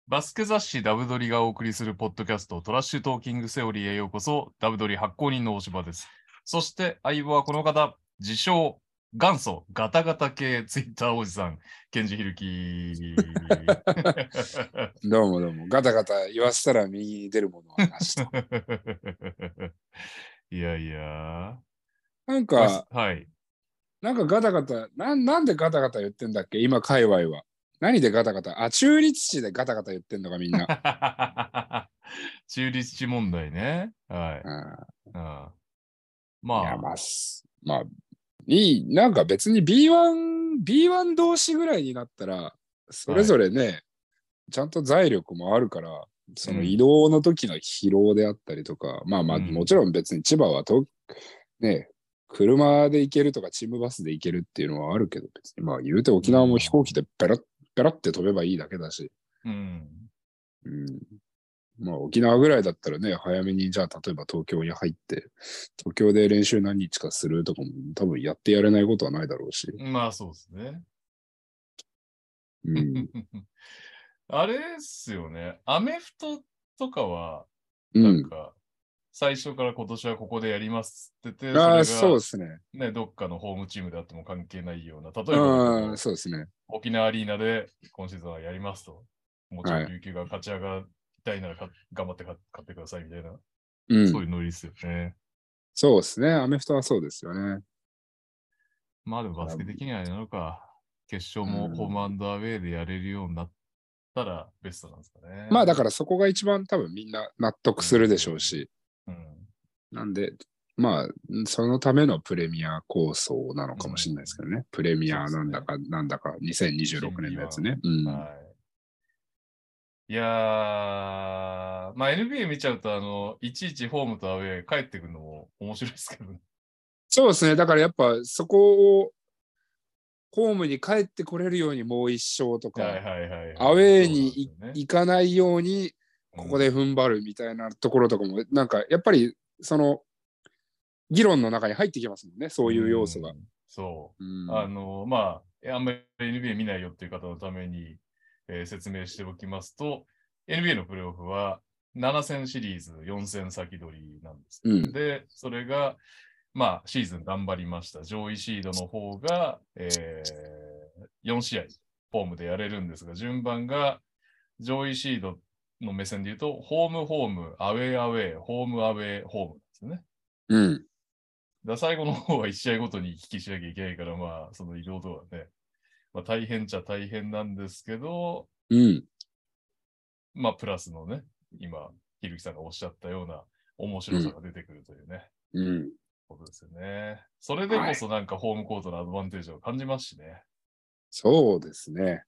バスケ雑誌ダブドリがお送りするポッドキャストトラッシュトーキングセオリーへようこそ。ダブドリ発行人の大柴です。そして相棒はこの方、自称元祖ガタガタ系ツイッターおじさん、ケンジヒルキ。 どうもどうも。ガタガタ言わせたら右に出るものはなしと。 いやいや。 なんかはい。 ガタガタ、なんでガタガタ言ってんだっけ今、界隈は。何でガタガタ中立地でガタガタ言ってんのか、みんな。 中立地問題ね。はい。 いや、 まあ。 なんか別に B1 同士ぐらいになったら、それぞれね、ちゃんと財力もあるから、その移動の時の疲労であったりとか、もちろん別に千葉はね、車で行けるとかチームバスで行けるっていうのはあるけど、別に言うて沖縄も飛行機でペラって飛べばいいだけだし、沖縄ぐらいだったらね、早めにじゃあ例えば東京に入って、東京で練習何日かするとかも多分やってやれないことはないだろうし。 まあそうですね。あれですよね。アメフトとかは、なんか、最初から今年はここでやりますって言って、それそうでが、 すね。 ね、どっかのホームチームであっても関係ないような、例えばだけど、 そうですね。 沖縄アリーナで今シーズンはやりますと。もちろん琉球が勝ち上がりたいなら頑張って勝ってくださいみたいな、そういうノリですよね。 そうですね。アメフトはそうですよね。 まあでもバスケ的にはあれなのか、決勝もホームアンドアウェイでやれるようになったらベストなんですかね。 だからそこが一番多分みんな納得するでしょうし。なんで、そのためのプレミア構想なのかもしれないですけどね。プレミアなんだか2026年のやつね。 いやー、NBA 見ちゃうと、いちいちホームとアウェイ帰ってくるのも面白いですけどね。 そうですね。だからやっぱそこをホームに帰ってこれるようにもう一勝とか、アウェーに行かないようにここで踏ん張るみたいなところとかも、なんかやっぱりその議論の中に入ってきますもんね。そういう要素が。 そう。あんまり NBA 見ないよっていう方のために、説明しておきますと、NBA のプレーオフは7戦シリーズ4戦先取りなんです。で、それが、シーズン頑張りました。上位シードの方が、4試合、ホームでやれるんですが、順番が上位シードの目線で言うと、ホーム、ホーム、アウェー、アウェー、ホーム、アウェー、ホームですよね。最後の方は1試合ごとに行き来しなきゃいけないから、その移動とはね、大変っちゃ大変なんですけど、プラスのね、今、ひるきさんがおっしゃったような面白さが出てくるというね、ことですよね。それでこそなんかホームコートのアドバンテージを感じますしね。 そうですね。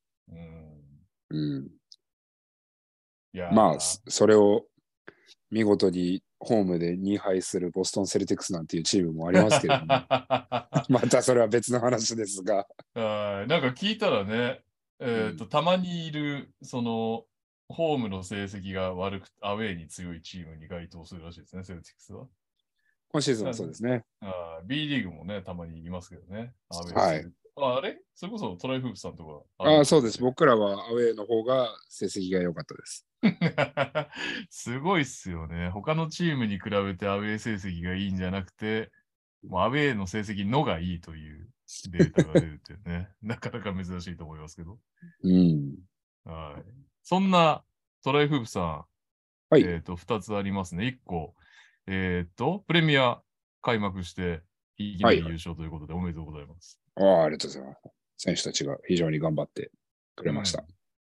それを見事にホームで2敗するボストンセルティックスなんていうチームもありますけれども、またそれは別の話ですが。 なんか聞いたらね、たまにいる、その、ホームの成績が悪く、アウェーに強いチームに該当するらしいですね、セルティックスは。 今シーズンはそうですね。 B リーグもね、たまにいますけどね。 はい。 あれそれこそトライフープさんとか。そうです。僕らはアウェーの方が成績が良かったです。 すごいっすよね。他のチームに比べてアウェー成績がいいんじゃなくて、もうアウェーの成績のがいいというデータが出るってね、なかなか珍しいと思いますけど。はい。そんなトライフープさん、2つありますね。1個、プレミア開幕していきなり優勝ということでおめでとうございます。 ありがとうございます。選手たちが非常に頑張ってくれました。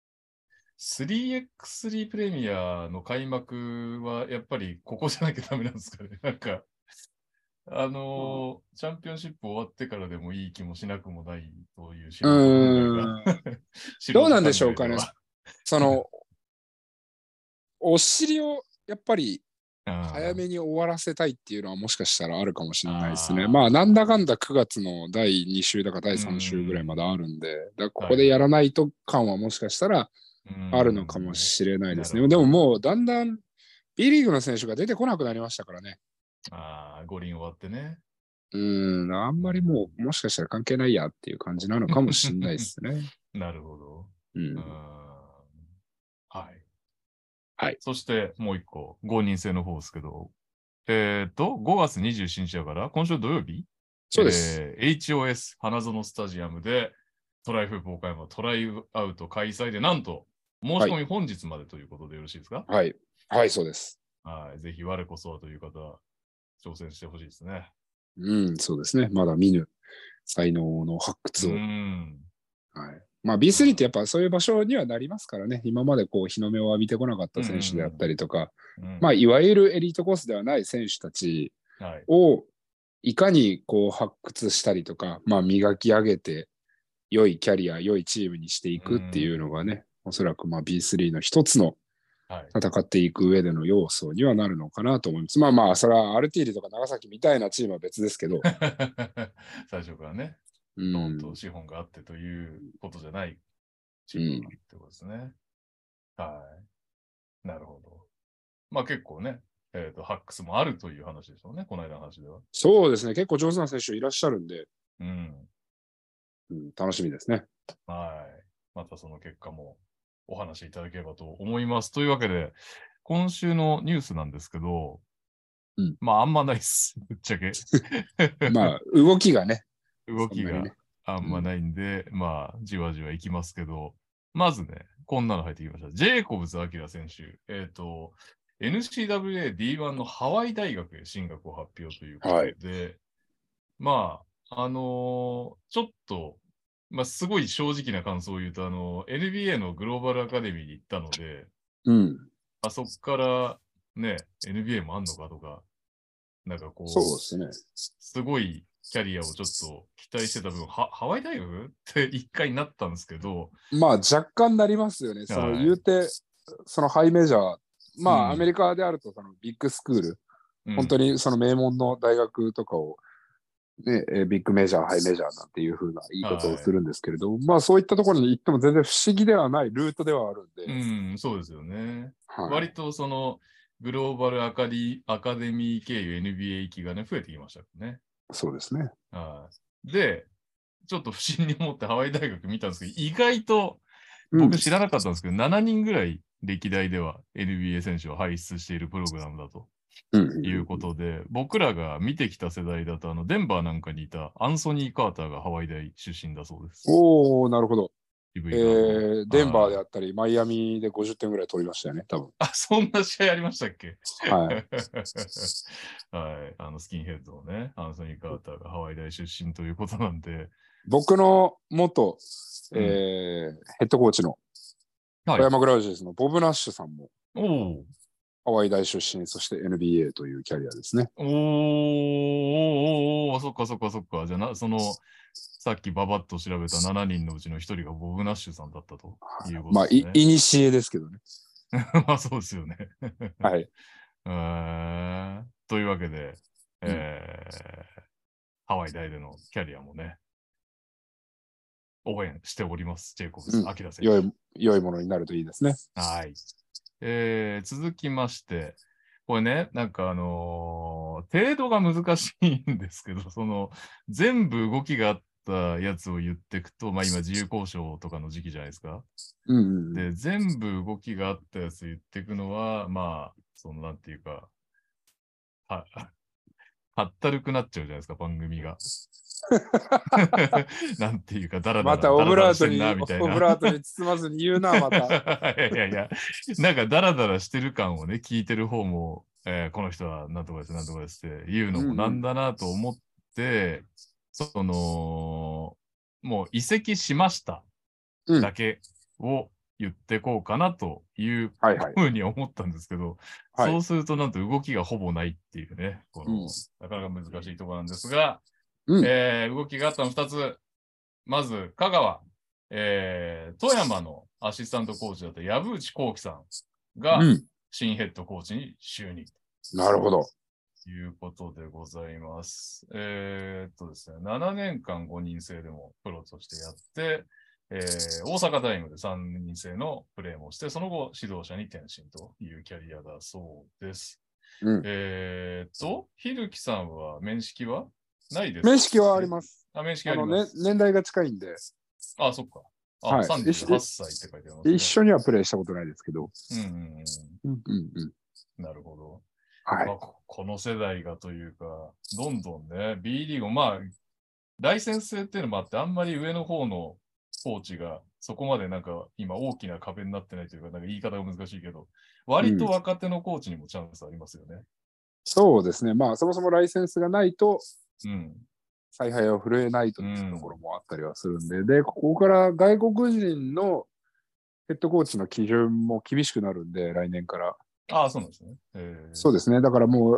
3x3 プレミアの開幕はやっぱりここじゃなきゃダメなんですかね。なんか、チャンピオンシップ終わってからでもいい気もしなくもないという素人考えが。 どうなんでしょうかね。その、お尻をやっぱり早めに終わらせたいっていうのはもしかしたらあるかもしれないですね。なんだかんだ9月の第2週だか第3週ぐらいまであるんで、だここでやらないと感はもしかしたらあるのかもしれないですね。でももうだんだん B リーグの選手が出てこなくなりましたからね。 五輪終わってね。 あんまりもうもしかしたら関係ないやっていう感じなのかもしれないですね。 なるほど。はい。 はい。 そしてもう一個、5人制の方ですけど、5月27日だから、今週土曜日、 そうです。 HOS 花園スタジアムで、トライフープ岡山トライアウト開催で、なんと、申しはい。 込み本日までということでよろしいですか？ はい。はい、そうです。 はい。ぜひ、我こそはという方は、挑戦してほしいですね。 うん、そうですね。まだ見ぬ才能の発うー掘を。 ん。 はい。まあ B3 ってはやっぱそういう場所にはなりますからね。今までこう日の目を浴びてこなかっい。うた選手であったん。 りとか、 うん。 まあいわゆるエリートコースではない選手たちはい。 をいかにこう発掘したりとか、まあ磨き上げて良いキャリア、良いチームにしていうくっていうのがん。 ね、おそらくまあ B3 の一つのはい。 戦っていく上での要素にはなるのかなと思います。まあまあ、それはアルティーリとか長崎みたいなチームは別ですけど、 最初からね、 うドーンとん、 資本があってということじゃないチうん、 ームがってことですね。はい。なるほど。まあ結構ね、ハックスもあるという話でしょうね、この間の話では。 そうですね、結構上手な選手いらっしゃるんで、 うん。 うん、楽しみですね。 はい。またその結果もお話しいただければと思います。というわけで、今週のニュースなんですけど、 うん、 まああんまないっす。ぶっちゃけ。 まあ、動きがね、 動きがそんなにね。 あんまうん、 ないんで、まあ、じわじわいきますけど、まずね、こんなの入ってきました。ジェイコブズ・アキラ選手、NCAA D1 のハワイ大学へ進学を発表というこはい。 とで、まあ、ちょっと、まあ、すごい正直な感想を言うと、NBA のグローバルアカデミーに行ったので、 うん、 まあ、そこからね、NBA もあんのかとか、なんかこう、 そうですね。 すごいキャリアをちょっと期待してた分、ハワイ大学って一回なったんですけど、 まあ、若干なりますよね。そのはい。 言うて、そのハイメジャー、まあ、アメうん、 リカであると、そのビッグスクール、本当うん、 にその名門の大学とかをね、ビッグメジャー、ハイメジャーなんていう風な言い方をすはるんですけれど、まあそういったところに行っても全然不思議ではないルートではあるんい。 で、 うん、そうですよね。 はい。 割とその、グローバルアカデミー経由 NBA 行きがね、増えてきましたね。 そうですね。 はい。で、ちょっと不審に思ってハワイ大学見たんですけど、意外とうん。 僕知らなかったんですけど、7人ぐらい歴代では NBA 選手を輩出しているプログラムだとうんうんうんいうことで、僕らが見てきた世代だと、デンバーなんかにいたアンソニー・カーターがハワイ大出身だそうです。 おお、なるほど。 渋いガードの。 デンバーはい。 であったり、マイアミで50点ぐらい取りましたよね、多分。 あ、そんな試合ありましたっけ？ はい。 はい。スキンヘッドのね、アンソニー・カーターがハワイ大出身ということなんで、 僕の元、 うん。 ヘッドコーチのはい。 小山グラウジェズのボブ・ナッシュさんもおお。 ハワイ大出身、そして NBA というキャリアですね。 おー、そっかそっかそっか。じゃあさっきババッと調べた7人のうちの1人がボブ・ナッシュさんだったということまあ、 ですね。 いにしえですけどね。 まあそうですよね。 はい。 というわけで、 うん。 ハワイ大でのキャリアもね、応援しております。ジェイコブス、 うん。 アキラ選手。 良いものになるといいですね。 はい。続きまして、これね、なんか程度が難しいんですけど、全部動きがあったやつを言っていくと、まあ今自由交渉とかの時期じゃないですか。 うんうんうん。 で、全部動きがあったやつ言っていくのは、まあ、なんていうか、は、はったるくなっちゃうじゃないですか、番組が。なんていうか、 またダラダラしてんな、みたいな。 オブラートに包まずに言うな、また。 いやいやいや、なんかダラダラしてる感をね、聞いてる方も、この人はなんとかです、なんとかですって言うのもうんうん。 なんだなと思って、もう移籍しましたうん。 だけを言ってこうかなというはいはい。 ふうに思ったんですけど、 はい。 そうするとなんと動きがほぼないっていうね、 うん。 なかなか難しいところなんですが、 うん。 動きがあったの2つ。まず、香川、富山のアシスタントコーチだった藪内幸喜さんがうん。 新ヘッドコーチに就任なるほど。 ということでございます。ですね、7年間5人制でもプロとしてやって、大阪タイムで3人制のプレーもして、その後指導者に転身というキャリアだそうです。 うん。 ひるきさんは面識はないです面識はあります。 面識ありまね、 す。 年代が近いんで。 あ、そっか。 あ、38歳って書いてありますね。 一緒にはプレイしたことないですけど。 なるほど。 はい。 まあ、この世代がというか、どんどんね、B リーグ、まあ、ライセンス制っていうのもあって、あんまり上の方のコーチがそこまでなんか今大きな壁になってないというか、なんか言い方が難しいけど、割と若手のコーチにもチャンスありますよね。 そうですね。まあ、そもそもライセンスがないと、 うん。 采配を振るえないというところもあったりはするんで、で、ここから外国人のヘッドコーチの基準も厳しくなるんで、来年から。 ああ、そうなんですね。 そうですね。だからもう、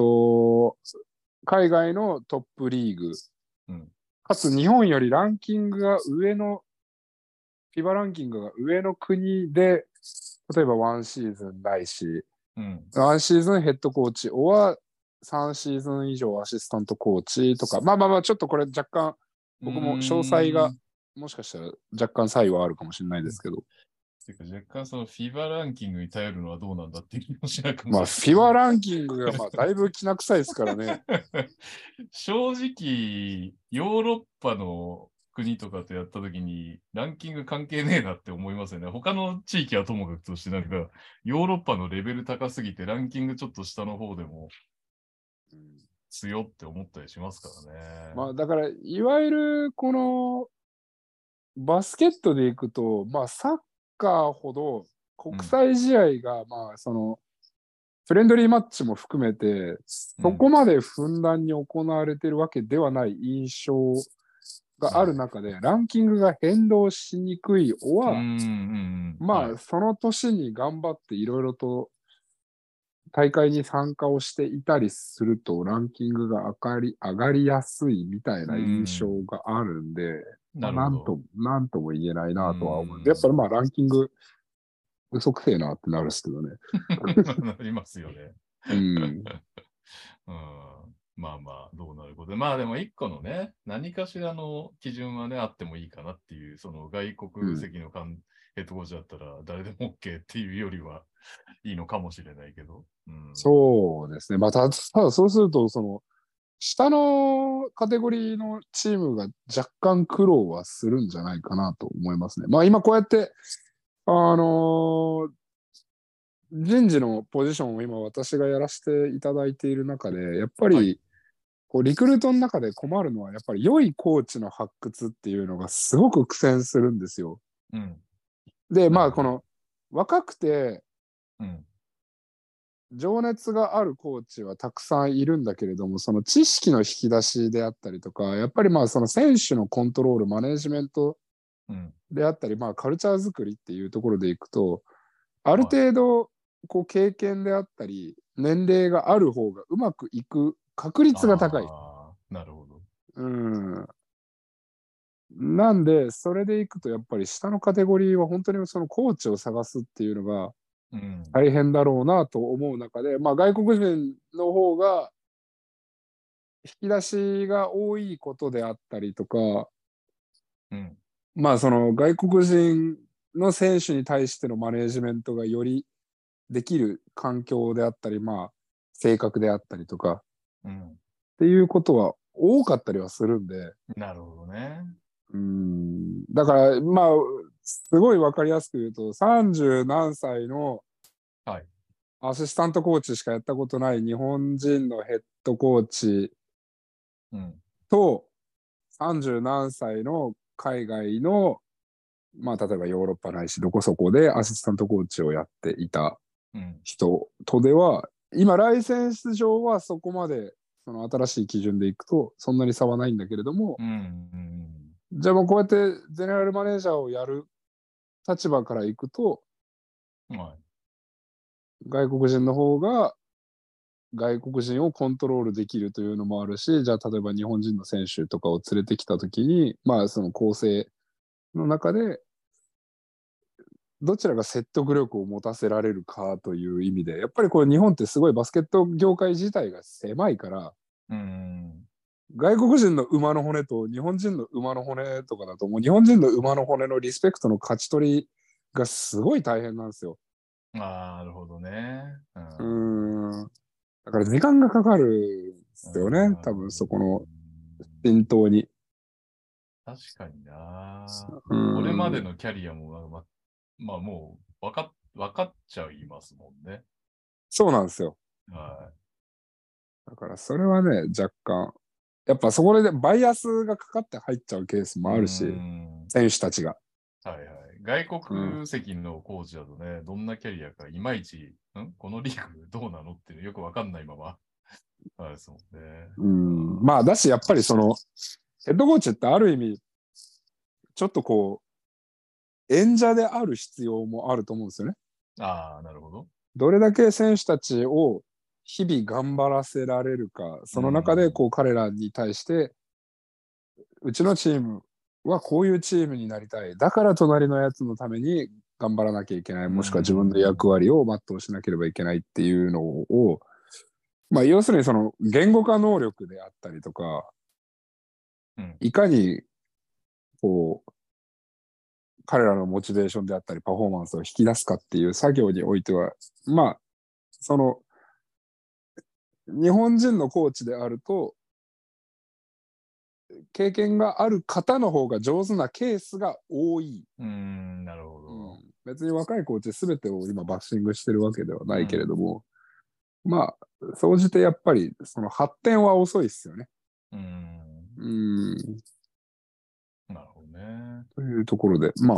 海外のトップリーグ、かつ日本よりランキングが上の、FIBA ランキングが上の国で、例えばワンシーズンないし、ワンシーズンヘッドコーチ、は3シーズン以上アシスタントコーチとか、まあ、ちょっとこれ若干、僕も詳細がもしかしたら若干差異はあるかもしれないですけど。 ていうか若干その FIBA ランキングに頼るのはどうなんだっていう気もしなくもまあ、FIBA ランキングがまあだいぶきな臭いですからね。 正直、ヨーロッパの国とかとやったときに、ランキング関係ねえなって思いますよね。他の地域はともかくとして、なんか、ヨーロッパのレベル高すぎて、ランキングちょっと下の方でも強って思ったりしますからね。 まあ、だから、いわゆるこのバスケットでいくと、まあ、サッカーほど国際試合が、まあ、その、フレンドリーマッチも含めて、そこまでふんだんに行われているわけではない印象がある中で、ランキングが変動しにくいは、まあ、その年に頑張っていろいろと大会に参加をしていたりすると、ランキングが上がりやすいみたいな印象があるんで、まあ、なんとも言えないなとは思う。やっぱりまあ、ランキング、嘘くせえなってなるんですけどね。 なりますよね。まあまあ、どうなることで。まあでも一個のね、何かしらの基準はね、あってもいいかなっていう、その外国籍のヘッドコーチだったら誰でも OK っていうよりはいいのかもしれないけど。 そうですね。まあ、ただそうすると、その、下のカテゴリーのチームが若干苦労はするんじゃないかなと思いますね。まあ今こうやって、人事のポジションを今私がやらせていただいている中で、やっぱり、こうリクルートの中で困るのは、やっぱり良いコーチの発掘っていうのがすごく苦戦するんですよ。で、まあこの若くて、情熱があるコーチはたくさんいるんだけれども、その知識の引き出しであったりとか、やっぱりまあその選手のコントロール、マネジメントであったり、まあカルチャー作りっていうところでいくと、ある程度こう経験であったり、年齢がある方がうまくいく確率が高い。 なるほど。 なんで、それでいくとやっぱり下のカテゴリーは本当にそのコーチを探すっていうのが大変だろうなと思う中で、まあ外国人の方が引き出しが多いことであったりとか、まあその外国人の選手に対してのマネージメントがよりできる環境であったり、まあ性格であったりとか、っていうことは多かったりはするんで。 なるほどね。 だからまあすごい分かりやすく言うと、30何歳のアシスタントコーチしかやったことない日本人のヘッドコーチと、30何歳の海外の、まあ、例えばヨーロッパないしどこそこでアシスタントコーチをやっていた人とでは、今ライセンス上はそこまでその新しい基準でいくとそんなに差はないんだけれども、じゃあもうこうやってゼネラルマネージャーをやる立場からいくと、外国人の方が外国人をコントロールできるというのもあるし、じゃあ例えば日本人の選手とかを連れてきたときに、まあその構成の中でどちらが説得力を持たせられるかという意味で、やっぱりこれ日本ってすごいバスケット業界自体が狭いから、外国人の馬の骨と日本人の馬の骨とかだと、もう日本人の馬の骨のリスペクトの勝ち取りがすごい大変なんですよ。 なるほどね。 だから時間がかかるんですよね、多分そこの浸透に。 確かにな。 うんこれまでのキャリアも、まあもう分かっちゃいますもんね。 そうなんですよ。 はだからそれはね、若干、やっぱそこでバイアスがかかって入っちゃうケースい。うもあるし、 ん。 選手たちが。 はいはい。外うん、 国籍のコーチだとね、どんなキャリアかいまいち、このリーグどうなのっていうのよくわかんないまま、あれですもんね。 まあ、だし、やっぱりその、ヘッドコーチってある意味、ちょっとこう、演者である必要もあると思うんですよね。 ああ、なるほど。 どれだけ選手たちを日々頑張らせられるか、その中でこう彼らに対して、うちのチームはこういうチームになりたい。だから隣のやつのために頑張らなきゃいけない。もしくは自分の役割を全うしなければいけないっていうのを、まあ要するにその言語化能力であったりとか、いかにこう彼らのモチベーションであったりパフォーマンスを引き出すかっていう作業においては、まあその日本人のコーチであると経験がある方の方が上手なケースが多い。 なるほど。 別に若いコーチ全てを今バッシングしてるわけではないけれども、まあ総じてやっぱりその発展は遅いですよね。 なるほどね。 というところで、まあ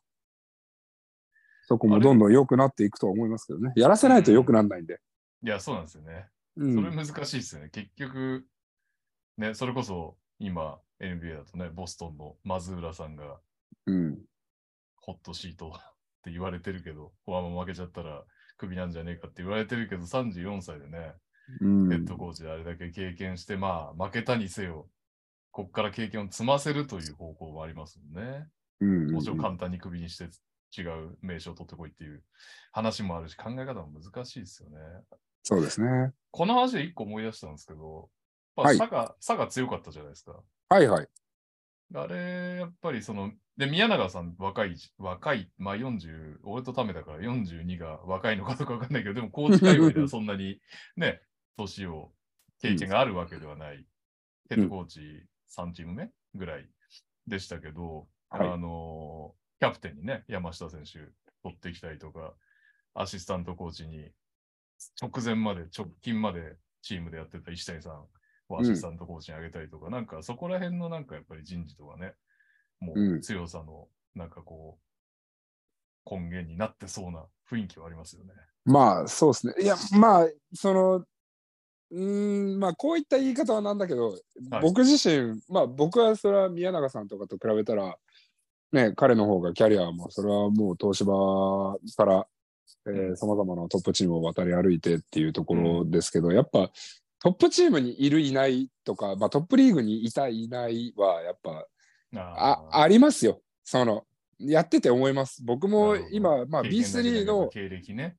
そこもどんどん良くなっていくとは思いますけどね。やらせないと良くならないんで。 いや、そうなんですよね。それ難しいですよね。結局、ね、それこそ今 NBA だとね、ボストンのマズーラさんが、ホットシートって言われてるけど、フォアマ負けちゃったらクビなんじゃねえかって言われてるけど、34歳でね、ヘッドコーチであれだけ経験して、まあ負けたにせよ、こっから経験を積ませるという方向もありますもんね。もちろん簡単にクビにして違う名称を取ってこいっていう話もあるし、考え方も難しいですよね。 そうですね。 この話で一個思い出したんですけど、佐賀強かったじゃないですか。 はいはい。 あれ、やっぱりで、宮永さん若い、まあ40、俺とためだから42が若いのかどうかわかんないけど、でもコーチ界隈ではそんなにね、年を、経験があるわけではない、ヘッドコーチ3チーム目ぐらいでしたけど、キャプテンにね、山下選手取ってきたりとか、アシスタントコーチに直近までチームでやってた石谷さんをアシスタントコーチにあげたりとか、なんかそこら辺のなんかやっぱり人事とかね、もう強さのなんかこう根源になってそうな雰囲気はありますよね。 まあそうですね。いやまあそのまあこういった言い方はなんだけど、僕自身まあ僕はそれは宮永さんとかと比べたらね、彼の方がキャリアもそれはもう東芝からさまざまなトップチームを渡り歩いてっていうところですけど、やっぱトップチームにいるいないとか、まあ、トップリーグにいたいないはやっぱありますよ。やってて思います。僕も今、まあ、B3 の、 経歴ね、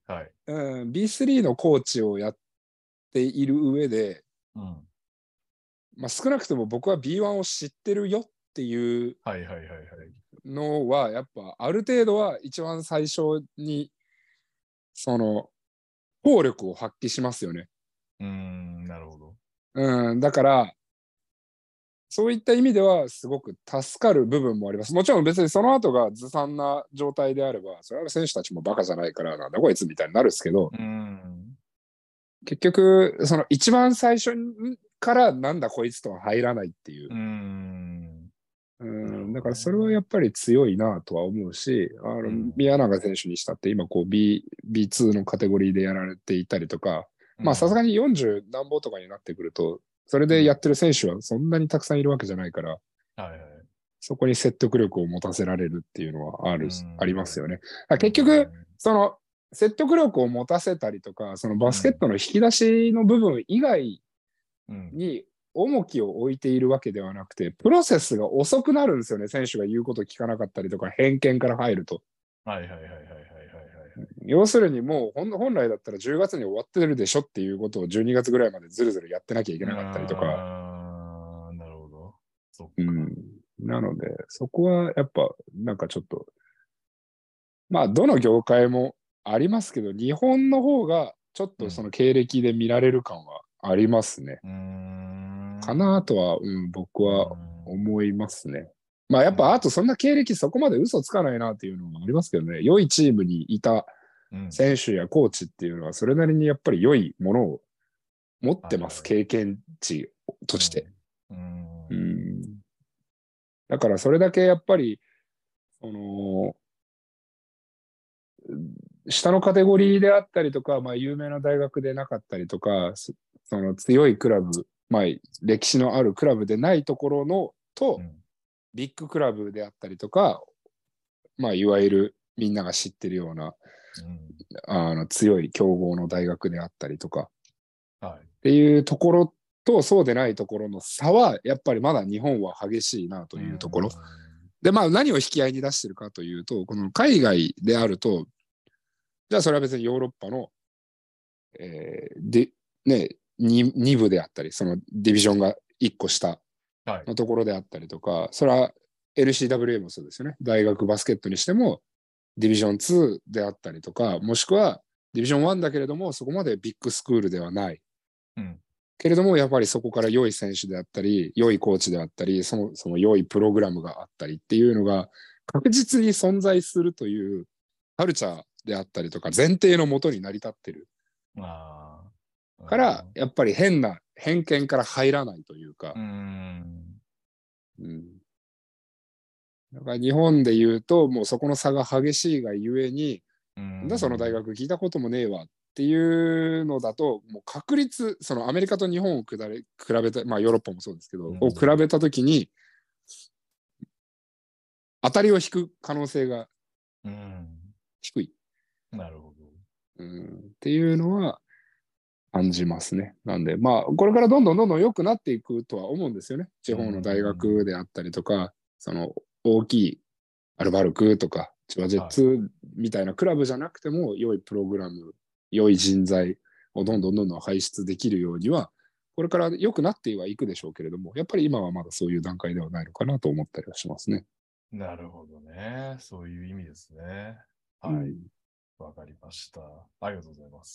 B3 のコーチをやっている上で、まあ、少なくとも僕は B1 を知ってるよっていうのはやっぱある程度は一番最初に効力を発揮しますよね。 なるほど。 だからそういった意味ではすごく助かる部分もあります。もちろん別にその後がずさんな状態であれば、それは選手たちもバカじゃないからなんだこいつみたいになるんですけど、結局その一番最初からなんだこいつとは入らないっていう。だからそれはやっぱり強いなとは思うし、宮永選手にしたって今こう B2 のカテゴリーでやられていたりとか、まあさすがに40何本とかになってくると、それでやってる選手はそんなにたくさんいるわけじゃないから、そこに説得力を持たせられるっていうのはありますよね。結局、その説得力を持たせたりとか、そのバスケットの引き出しの部分以外に重きを置いているわけではなくて、プロセスが遅くなるんですよね。選手が言うこと聞かなかったりとか、偏見から入ると。要するにもう本来だったら10月に終わってるでしょっていうことを12月ぐらいまでずるずるやってなきゃいけなかったりとか。 なるほど。 なので、そこはやっぱなんかちょっと、まあどの業界もありますけど、日本の方がちょっとその経歴で見られる感はありますね。かなとは、僕は思いますね。 まあやっぱあとそんな経歴そこまで嘘つかないなっていうのもありますけどね。良いチームにいた選手やコーチっていうのはそれなりにやっぱり良いものを持ってます。経験値として。だからそれだけやっぱり、下のカテゴリーであったりとか、まあ、有名な大学でなかったりとか、その強いクラブ、まあ、歴史のあるクラブでないところのと、ビッグクラブであったりとか、まあ、いわゆるみんなが知ってるような、強い強豪の大学であったりとか、っていうところとそうでないところの差はやっぱりまだ日本は激しいなというところ。で、まあ何を引き合いに出してるかというと、この海外であると、じゃあそれは別にヨーロッパの、で、ね、2部であったり、そのディビジョンが1個下のところであったりとか、それは LCWA もそうですよね。大学バスケットにしても、ディビジョン2であったりとか、もしくはディビジョン1だけれども、そこまでビッグスクールではない。けれども、やっぱりそこから良い選手であったり、良いコーチであったり、その良いプログラムがあったりっていうのが確実に存在するというカルチャーであったりとか、前提のもとに成り立ってる。から、やっぱり変な偏見から入らないというか。だから日本で言うと、もうそこの差が激しいがゆえに、なんだその大学聞いたこともねえわっていうのだと、もう確率、そのアメリカと日本を比べた、まあヨーロッパもそうですけど、を比べたときに、当たりを引く可能性が低い。 なるほど。 っていうのは感じますね。なんで、まあ、これからどんどん良くなっていくとは思うんですよね。地方の大学であったりとか、その大きいアルバルクとか、千葉ジェッツみたいなクラブじゃなくても、良いプログラム、良い人材をどんどん輩出できるようには、これから良くなってはいくでしょうけれども、やっぱり今はまだそういう段階ではないのかなと思ったりはしますね。 なるほどね。そういう意味ですね。はい。わかりました。ありがとうございます。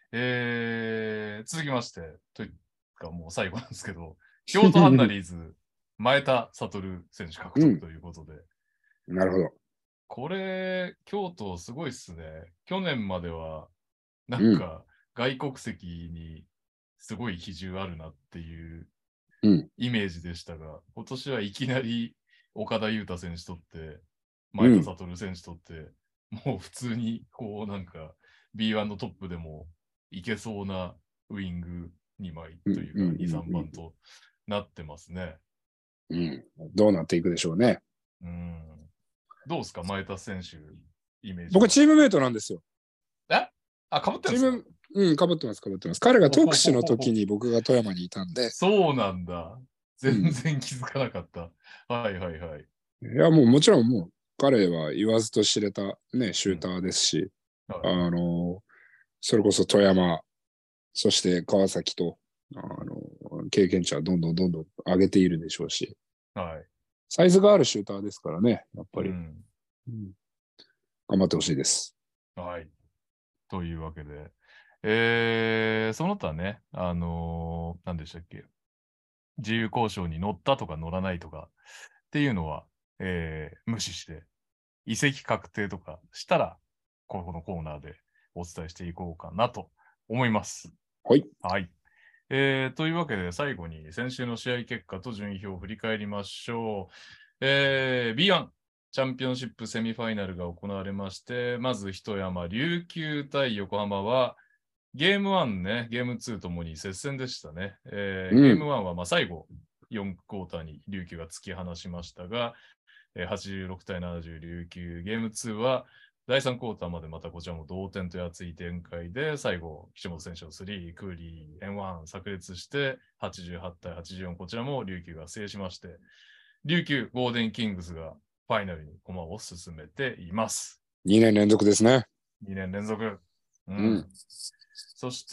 続きまして、というかもう最後なんですけど、京都ハンナリーズ、前田悟選手獲得ということで。 なるほど。 これ、京都すごいっすね。去年までは、なんか外国籍にすごい比重あるなっていうイメージでしたが、今年はいきなり岡田優太選手とって、前田悟選手とって、もう普通にこうなんか B1 のトップでもいけそうなウイング2枚というか2、3番となってますね。 どうなっていくでしょうね。 どうですか、前田選手、イメージ。 僕、チームメイトなんですよ。 かぶってますかぶってます。彼が特使の時に僕が富山にいたんで。 そうなんだ。全然気づかなかった。はい。 いや、もちろんもう、彼は言わずと知れたね、シューターですし、それこそ富山、そして川崎と、経験値はどんどん上げているでしょうし、サイズがあるシューターですからね、やっぱり。頑張ってほしいです。 はい。というわけで、その他ね、何でしたっけ、自由交渉に乗ったとか乗らないとかっていうのは、無視して、移籍確定とかしたら、このコーナーでお伝えしていこうかなと思います。 はい。 というわけで、最後に先週の試合結果と順位表を振り返りましょう。B1、チャンピオンシップセミファイナルが行われまして、まず一山、琉球対横浜は、ゲーム1ね、ゲーム2ともに接戦でしたね。ゲーム1は最後、4クォーターに琉球が突き放しましたが、86対70琉球、ゲーム2は第3クォーターまでまたこちらも同点という熱い展開で、最後、岸本選手の3、クーリー、N1 炸裂して、88対84、こちらも琉球が制しまして、琉球ゴールデンキングスがファイナルに駒を進めています。 2年連続ですね。 2年連続。そして、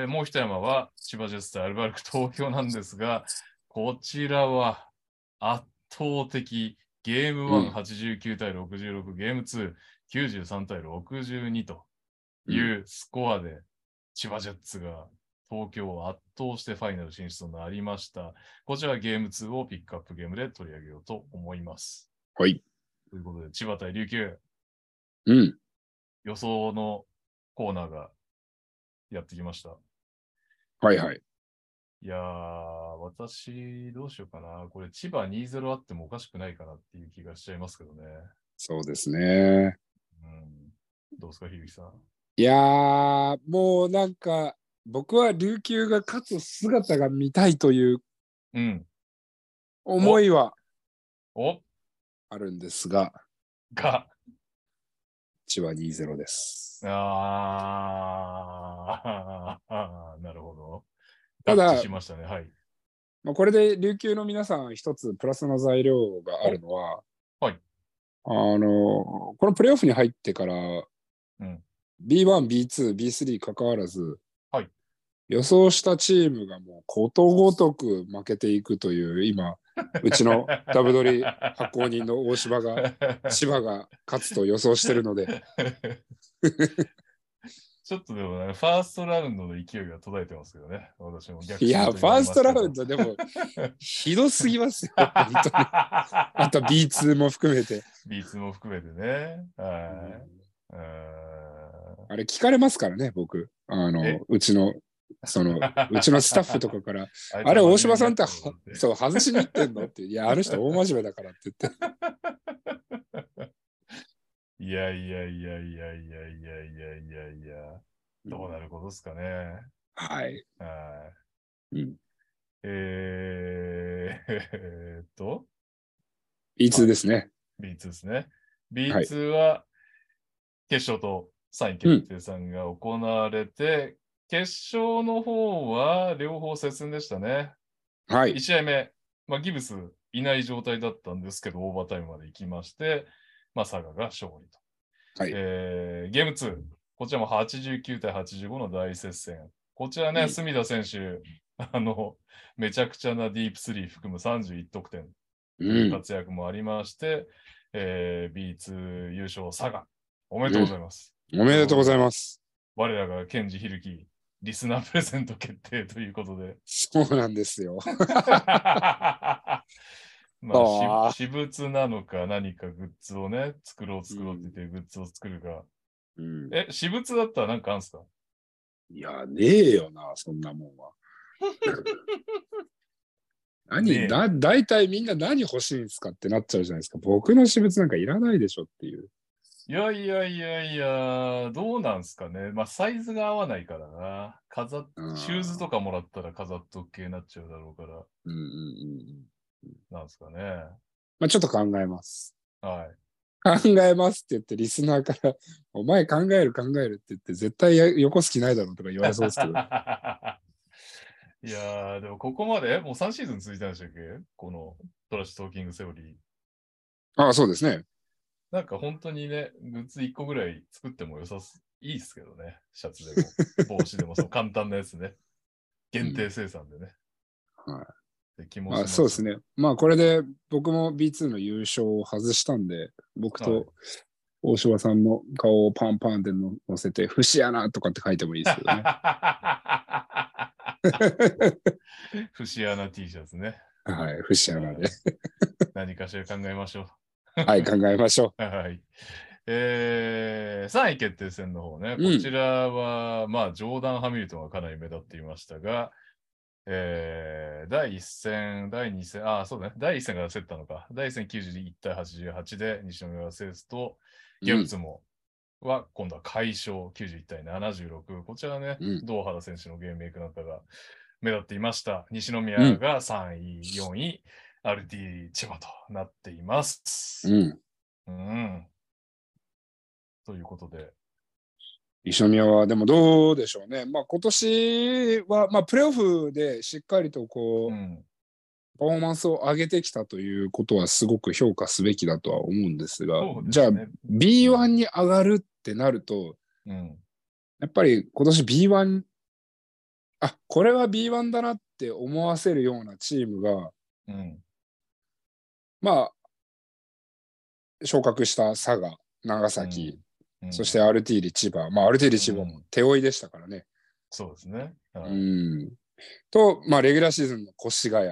もう一山は千葉ジェッツ対アルバルク東京なんですが、こちらは圧倒的ゲーム1、89対66、ゲーム2、93対62というスコアで千葉ジェッツが東京を圧倒してファイナル進出となりました。こちらゲーム2をピックアップゲームで取り上げようと思います。 はい。 ということで、千葉対琉球。 うん。 予想のコーナーがやってきました。 はいはい。 いやー、私、どうしようかな。これ、千葉2-0あってもおかしくないかなっていう気がしちゃいますけどね。 そうですね。 うん、どうですか、ひるきさん。 いやー、もうなんか、僕は琉球が勝つ姿が見たいという思いはあるんですが、千葉2-0です。 なるほど。 ただ、 しましたね。はい。 これで琉球の皆さん一つプラスの材料があるのは、 はい。 このプレーオフに入ってから、B1、B2、B3 関わらず、 はい、 予想したチームがもうことごとく負けていくという、今、うちのダブドリ発行人の大柴が、千葉が勝つと予想してるので。 ちょっとでもね、ファーストラウンドの勢いが途絶えてますけどね。私も逆いや、ファーストラウンドでもひどすぎますよ、本当に。あと B2 も含めて。 B2 も含めてね。 あれ聞かれますからね、僕。うちのスタッフとかから、あれ、大島さんってそう外しに行ってんのって、いや、あの人大真面目だからって言って。 いやいやいやいやいやいやいやいやいや、どうなることですかね。 はい。B2 ですね。 B2 ですね。B2 は決勝と3位決定戦が行われて、決勝の方は両方接戦でしたね。 はい。 1試合目、ギブスいない状態だったんですけど、オーバータイムまで行きまして、佐賀が勝利と。 はい。 ゲーム2、こちらも89対85の大接戦。こちらね、隅田選手、めちゃくちゃなディープスリー含む31得点という活躍もありまして、B2 優勝佐賀。おめでとうございます。 おめでとうございます。 我らがケンジヒルキ、リスナープレゼント決定ということで。 そうなんですよ。 私物なのか何かグッズをね、作ろうって言ってグッズを作るか。私物だったら何かあんすか？ いや、ねえよな、そんなもんは。だいたいみんな何欲しいんですかってなっちゃうじゃないですか。僕の私物なんかいらないでしょっていう。 いやいやいやいや、どうなんすかね。サイズが合わないからな。シューズとかもらったら飾っとけになっちゃうだろうから。なんすかね。 ちょっと考えます。 はい。 考えますって言って、リスナーから、お前考えるって言って、絶対よこす気ないだろうとか言われそうですけど。 いやー、でもここまでもう3シーズン続いたんでしたっけ？このトラッシュトーキングセオリー。 ああ、そうですね。 なんか本当にね、グッズ1個ぐらい作ってもいいですけどね。シャツでも、帽子でも、そう簡単なやつね。限定生産でね。 はい。 気もします。 そうですね。これで僕も B2 の優勝を外したんで、僕と大柴さんの顔をパンパンで乗せて、節やなとかって書いてもいいですけどね。 節穴 T シャツね。 はい、節穴で。 何かしら考えましょう。 はい、考えましょう。 はい。3位決定戦の方ね。こちらは、ジョーダン・ハミルトンがかなり目立っていましたが、第1戦、第2戦、そうだね。第1戦が競ったのか。第1戦91対88で西宮が制すと、ゲーム2も、今度は快勝91対76。こちらね、堂原選手のゲームメイクなんかが目立っていました。西宮が3位、4位、RT 千葉となっています。ということで。 西宮はでもどうでしょうね。今年は、プレーオフでしっかりとパフォーマンスを上げてきたということはすごく評価すべきだとは思うんですが、じゃあ B1 に上がるってなると、やっぱり今年 B1、これは B1 だなって思わせるようなチームが、昇格した佐賀、長崎、そしてアルティーリ千葉。アルティーリ千葉も手負いでしたからね。 そうですね。 はい、と、まあ、レギュラーシーズンの越谷、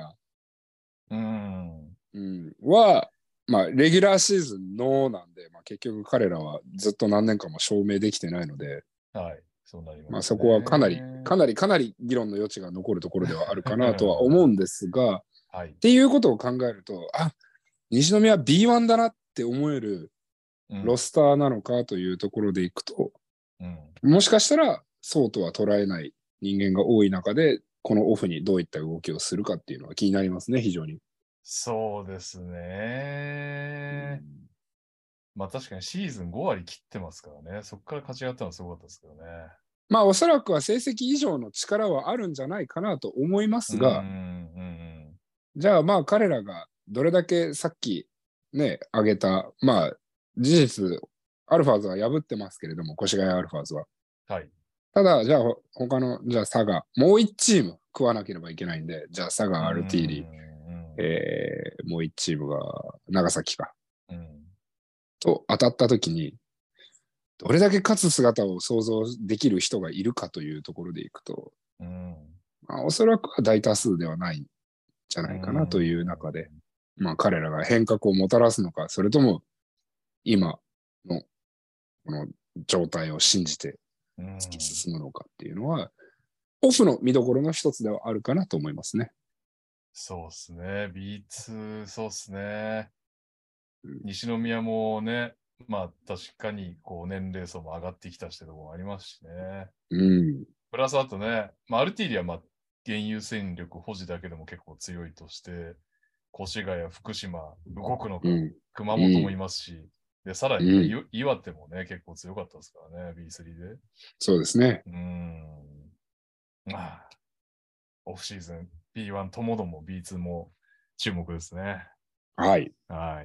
は、まあ、レギュラーシーズンのなんで、まあ、結局彼らはずっと何年間も証明できてないので、 はい、そうなりますね。 まあ、そこはかなり議論の余地が残るところではあるかなとは思うんですが、 はい、 っていうことを考えると、西宮 B1 だなって思えるロスターなのかというところでいくと、もしかしたらそうとは捉えない人間が多い中で、このオフにどういった動きをするかっていうのは気になりますね、非常に。 そうですね。まあ確かにシーズン5割切ってますからね。そこから勝ち上がったのはすごかったですけどね。 まあおそらくは成績以上の力はあるんじゃないかなと思いますが、じゃあまあ彼らがどれだけさっきね、挙げた、まあ事実、アルファーズは破ってますけれども、越谷アルファーズは。 はい。 ただ、じゃあ他の、じゃあ佐賀、もう1チーム食わなければいけないんで、じゃあ佐賀、アルティーリ、もう1チームが長崎か。と当たったときに、どれだけ勝つ姿を想像できる人がいるかというところでいくと、まあ、おそらくは大多数ではないんじゃないかなという中で、まあ、彼らが変革をもたらすのか、それとも今のこの状態を信じて突き進むのかっていうのは、オフの見どころの一つではあるかなと思いますね。 そうですね。B2、そうですね。西宮もね、まあ確かにこう年齢層も上がってきたしてところもありますしね。プラスあとね、まあ、アルティーリはまあ原油戦力保持だけでも結構強いとして、越谷、福島、動くのか、熊本もいますし、で、さらにね、岩手もね、結構強かったですからね、B3 で。 そうですね。 まあ、オフシーズン、B1 ともども B2 も注目ですね。 はい。 はい。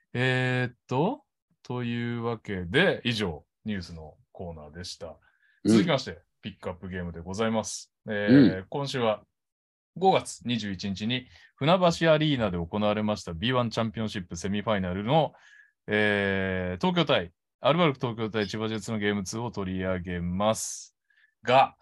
というわけで、以上、ニュースのコーナーでした。続きまして、ピックアップゲームでございます。今週は5月21日に船橋アリーナで行われました B1 チャンピオンシップセミファイナルの、東京対、アルバルク東京対千葉ジェッツのゲーム2を取り上げます。が、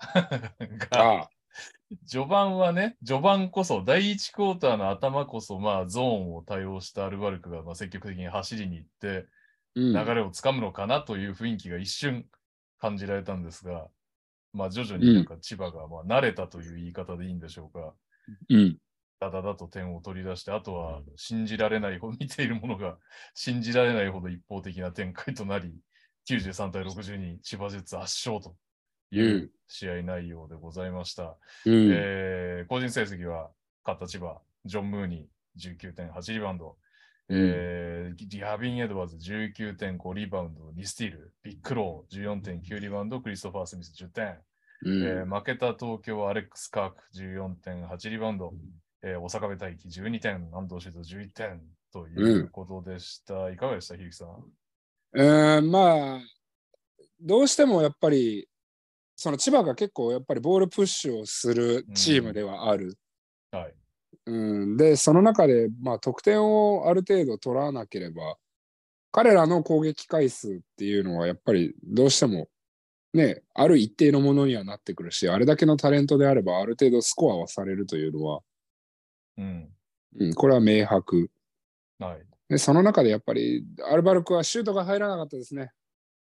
序盤はね、序盤こそ、第1クォーターの頭こそ、まあ、ゾーンを対応したアルバルクが、まあ、積極的に走りに行って、流れをつかむのかなという雰囲気が一瞬感じられたんですが、まあ、徐々になんか千葉がまあ慣れたという言い方でいいんでしょうか。だだだと点を取り出して、あとは信じられないほど、見ているものが信じられないほど一方的な展開となり、93対62、千葉ジェッツ圧勝という試合内容でございました。個人成績は勝った千葉、ジョン・ムーニー 19.8 リバウンド、リハビン・エドワーズ 19.5 リバウンド、2スティール、ビッグロー 14.9 リバウンド、クリストファー・スミス10点、負けた東京はアレックス・カーク 14.8 リバウンド、大阪部大輝12点、安藤シュート11点ということでした。いかがでした、ひゆきさん？ まあ、どうしてもやっぱり、その千葉が結構やっぱりボールプッシュをするチームではある。 はい。 で、その中で、まあ、得点をある程度取らなければ、彼らの攻撃回数っていうのはやっぱりどうしてもね、ある一定のものにはなってくるし、あれだけのタレントであればある程度スコアはされるというのは、これは明白。 はい。 で、その中でやっぱりアルバルクはシュートが入らなかったですね。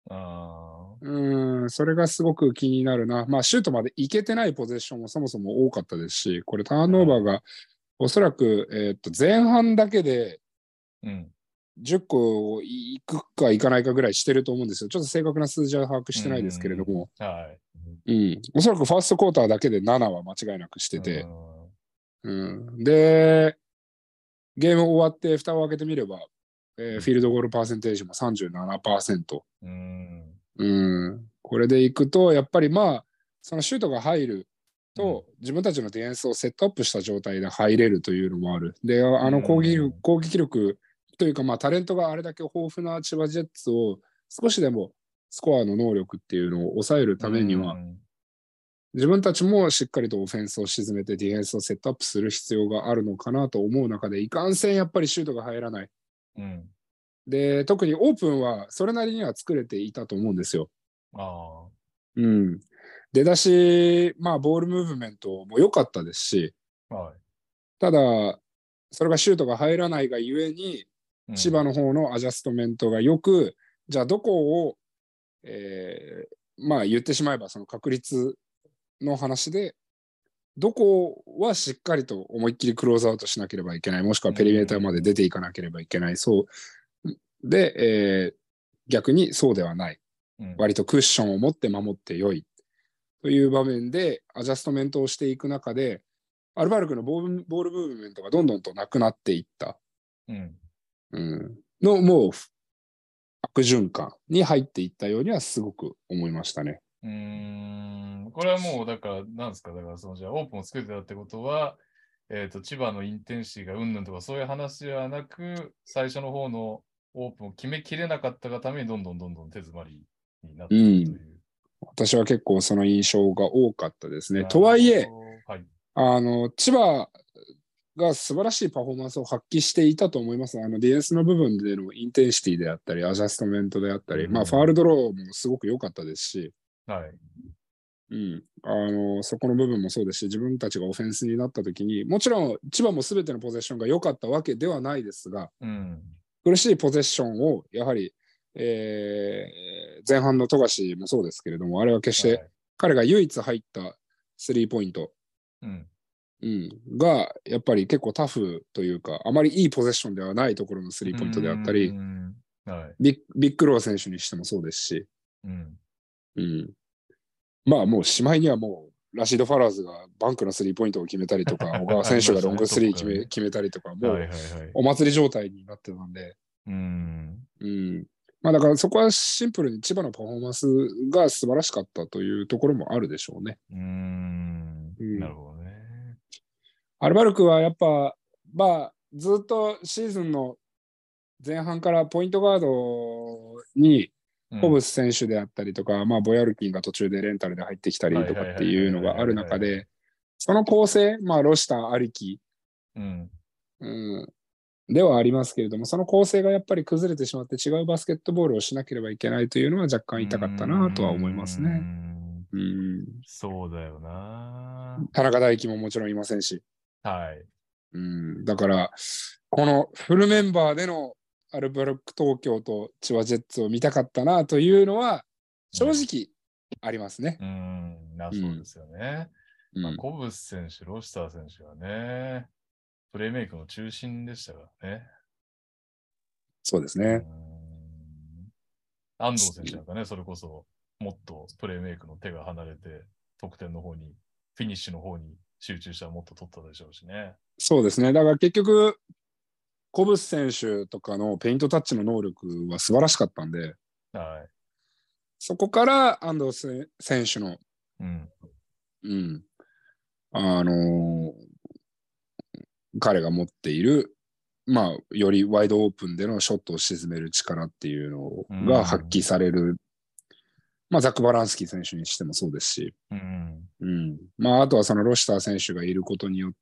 それがすごく気になるな。まあ、シュートまでいけてないポゼッションもそもそも多かったですし、これターンオーバーがおそらく、前半だけで10個いくかいかないかぐらいしてると思うんですよ。ちょっと正確な数字は把握してないですけれども、おそらくファーストクォーターだけで7は間違いなくしてて、で、ゲーム終わって蓋を開けてみれば、フィールドゴールパーセンテージも 37%。これでいくと、やっぱりまあ、そのシュートが入ると、自分たちのディフェンスをセットアップした状態で入れるというのもある。で、攻撃力というか、まあ、タレントがあれだけ豊富な千葉ジェッツを少しでもスコアの能力っていうのを抑えるためには、自分たちもしっかりとオフェンスを沈めてディフェンスをセットアップする必要があるのかなと思う中で、いかんせんやっぱりシュートが入らない。で、特にオープンはそれなりには作れていたと思うんですよ。 出だし、まあ、ボールムーブメントも良かったですし、 はい。 ただ、それがシュートが入らないがゆえに、千葉の方のアジャストメントがよく、じゃあどこを、まあ言ってしまえばその確率の話で、どこはしっかりと思いっきりクローズアウトしなければいけない、もしくはペリメーターまで出ていかなければいけない、そうで、逆にそうではない、割とクッションを持って守ってよいという場面でアジャストメントをしていく中で、アルバルクのボールムーブメントがどんどんとなくなっていった、のもう悪循環に入っていったようにはすごく思いましたね。 これはもうだからなんですか、だからそのじゃあオープンを作ってたってことは、千葉のインテンシティがうんぬんとかそういう話ではなく、最初の方のオープンを決めきれなかったがためにどんどん手詰まりになっているという。 私は結構その印象が多かったですね。とはいえ、 はい、 千葉が素晴らしいパフォーマンスを発揮していたと思います。ディフェンスの部分でのインテンシティであったり、アジャストメントであったり、まあファールドローもすごく良かったですし、 はい。 そこの部分もそうですし、自分たちがオフェンスになった時に、もちろん千葉も全てのポゼッションが良かったわけではないですが、苦しいポゼッションをやはり、前半の富樫もそうですけれども、あれは決して彼が唯一入ったスリーポイント、がやっぱり結構タフというか、あまりいいポゼッションではないところのスリーポイントであったり、ビッグロー選手にしてもそうですし、まあもうしまいにはもうラシード・ファラーズがバンクのスリーポイントを決めたりとか、小川選手がロングスリー決めたりとか、もうお祭り状態になってたんで、まあだからそこはシンプルに千葉のパフォーマンスが素晴らしかったというところもあるでしょうね。 なるほどね。 アルバルクはやっぱ、まあずっとシーズンの前半からポイントガードにコブス選手であったりとか、まあボヤルキンが途中でレンタルで入ってきたりとかっていうのがある中で、その構成、まあロシターありき、ではありますけれども、その構成がやっぱり崩れてしまって違うバスケットボールをしなければいけないというのは若干痛かったなとは思いますね。 そうだよな。 田中大輝ももちろんいませんし。 はい。 だから、このフルメンバーでのアルバルク東京と千葉ジェッツを見たかったなというのは正直ありますね。 そうですよね。コブス選手、ロシター選手はね、プレイメイクの中心でしたからね。 そうですね。 安藤選手なんかね、それこそもっとプレイメイクの手が離れて、得点の方に、フィニッシュの方に集中したらもっと取ったでしょうしね。 そうですね。だから結局、コブス選手とかのペイントタッチの能力は素晴らしかったんで、そこから安藤選手の、彼が持っている、まあ、よりワイドオープンでのショットを沈める力っていうのが発揮される、まあ、ザック・バランスキー選手にしてもそうですし、まあ、あとはそのロシター選手がいることによって、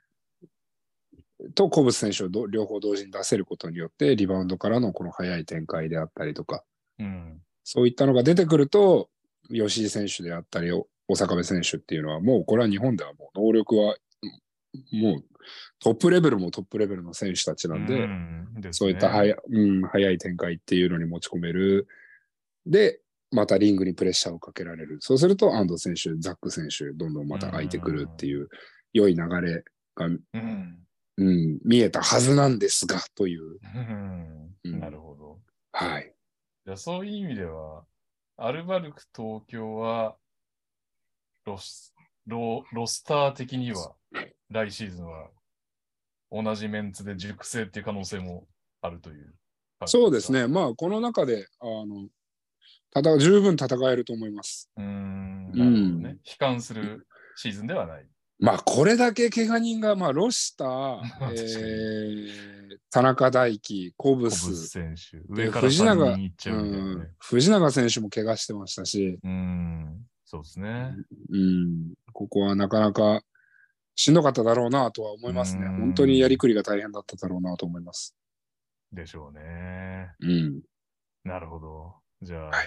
とコブス選手を両方同時に出せることによって、リバウンドからのこの速い展開であったりとか、そういったのが出てくると、吉井選手であったり、大坂部選手っていうのは、もうこれは日本ではもう能力は、もうトップレベルもトップレベルの選手たちなんで、そういった速い展開っていうのに持ち込める。で、またリングにプレッシャーをかけられる。そうすると、安藤選手、ザック選手、どんどんまた空いてくるっていう、良い流れが、見えたはずなんですが、という。 なるほど。 はい。 じゃあそういう意味では、アルバルク東京はロスター的には、来シーズンは同じメンツで熟成っていう可能性もあるという。 そうですね。まあ、この中で、十分戦えると思います。 なるほどね。悲観するシーズンではない。 まあ、これだけ怪我人が、まあ、ロシター、田中大輝、コブス選手、上から3人いっちゃうみたいなね。 藤永選手も怪我してましたし、 そうですね。 ここはなかなかしんどかっただろうなとは思いますね。本当にやりくりが大変だっただろうなと思います。 でしょうね。なるほど。じゃあ、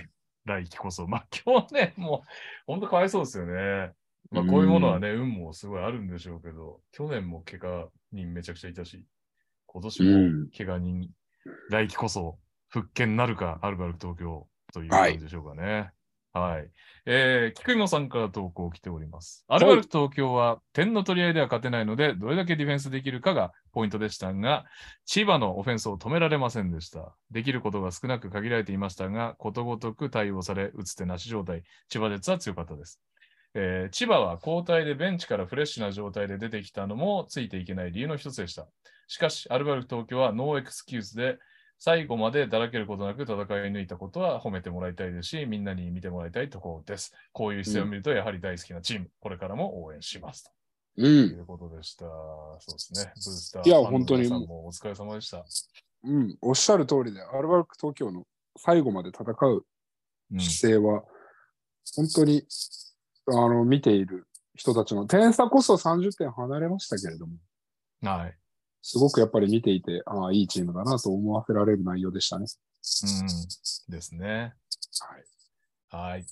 来季こそ。まあ今日ね、もう本当かわいそうですよね。まあこういうものはね、運もすごいあるんでしょうけど、去年も怪我人めちゃくちゃいたし、今年も怪我人、来季こそ復権なるか、アルバルク東京という感じでしょうかね。はい。菊芋さんから投稿来ております。アルバルク東京は点の取り合いでは勝てないので、どれだけディフェンスできるかがポイントでしたが、千葉のオフェンスを止められませんでした。できることが少なく限られていましたが、ことごとく対応され、打つ手なし状態、千葉ジェッツは強かったです。千葉は交代でベンチからフレッシュな状態で出てきたのもついていけない理由の一つでした。しかし、アルバルク東京はノーエクスキューズで、最後までだらけることなく戦い抜いたことは褒めてもらいたいですし、みんなに見てもらいたいところです。こういう姿勢を見ると、やはり大好きなチーム、これからも応援しますと。ということでした。そうですね。ブースター、 いや、 ファンの本当に皆さんもお疲れ様でした。 おっしゃる通りで、アルバルク東京の最後まで戦う姿勢は、本当に、見ている人たちの点差こそ30点離れましたけれども、 はい。 すごくやっぱり見ていて、いいチームだなと思わせられる内容でしたね。 ですね。 はい。 はい。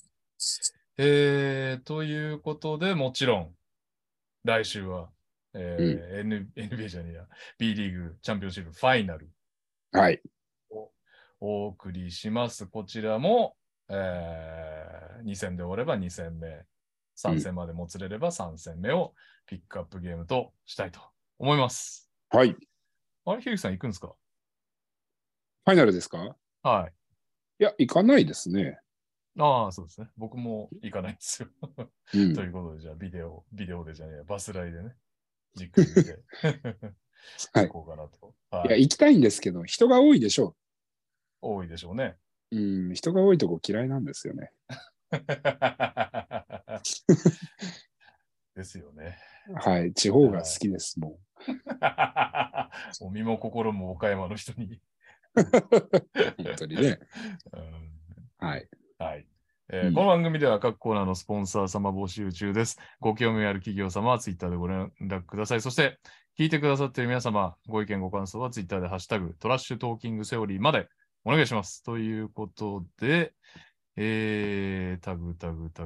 ということで、もちろん、来週は、NBA じゃねえや、B リーグチャンピオンシップファイナルをお送りします。こちらも、2戦で終われば2戦目、3戦までもつれれば3戦目をピックアップゲームとしたいと思います。 はい。 あれ、ひるきさん行くんですか？ ファイナルですか？ はい。 いや、行かないですね。 ああ、そうですね。僕も行かないんですよ。ということで、じゃあ、ビデオでじゃねえや、バスライでね、じっくり見て、行こうかなと。 いや、行きたいんですけど、人が多いでしょう。多いでしょうね。 人が多いとこ嫌いなんですよね。 ですよね。 はい。地方が好きですもん。 もう身も心も岡山の人に。 本当にね。はい。 はい。この番組では各コーナーのスポンサー様募集中です。ご興味ある企業様はツイッターでご連絡ください。そして、聞いてくださっている皆様、ご意見ご感想はツイッターでハッシュタグ、トラッシュトーキングセオリーまでお願いします。ということで、タグ。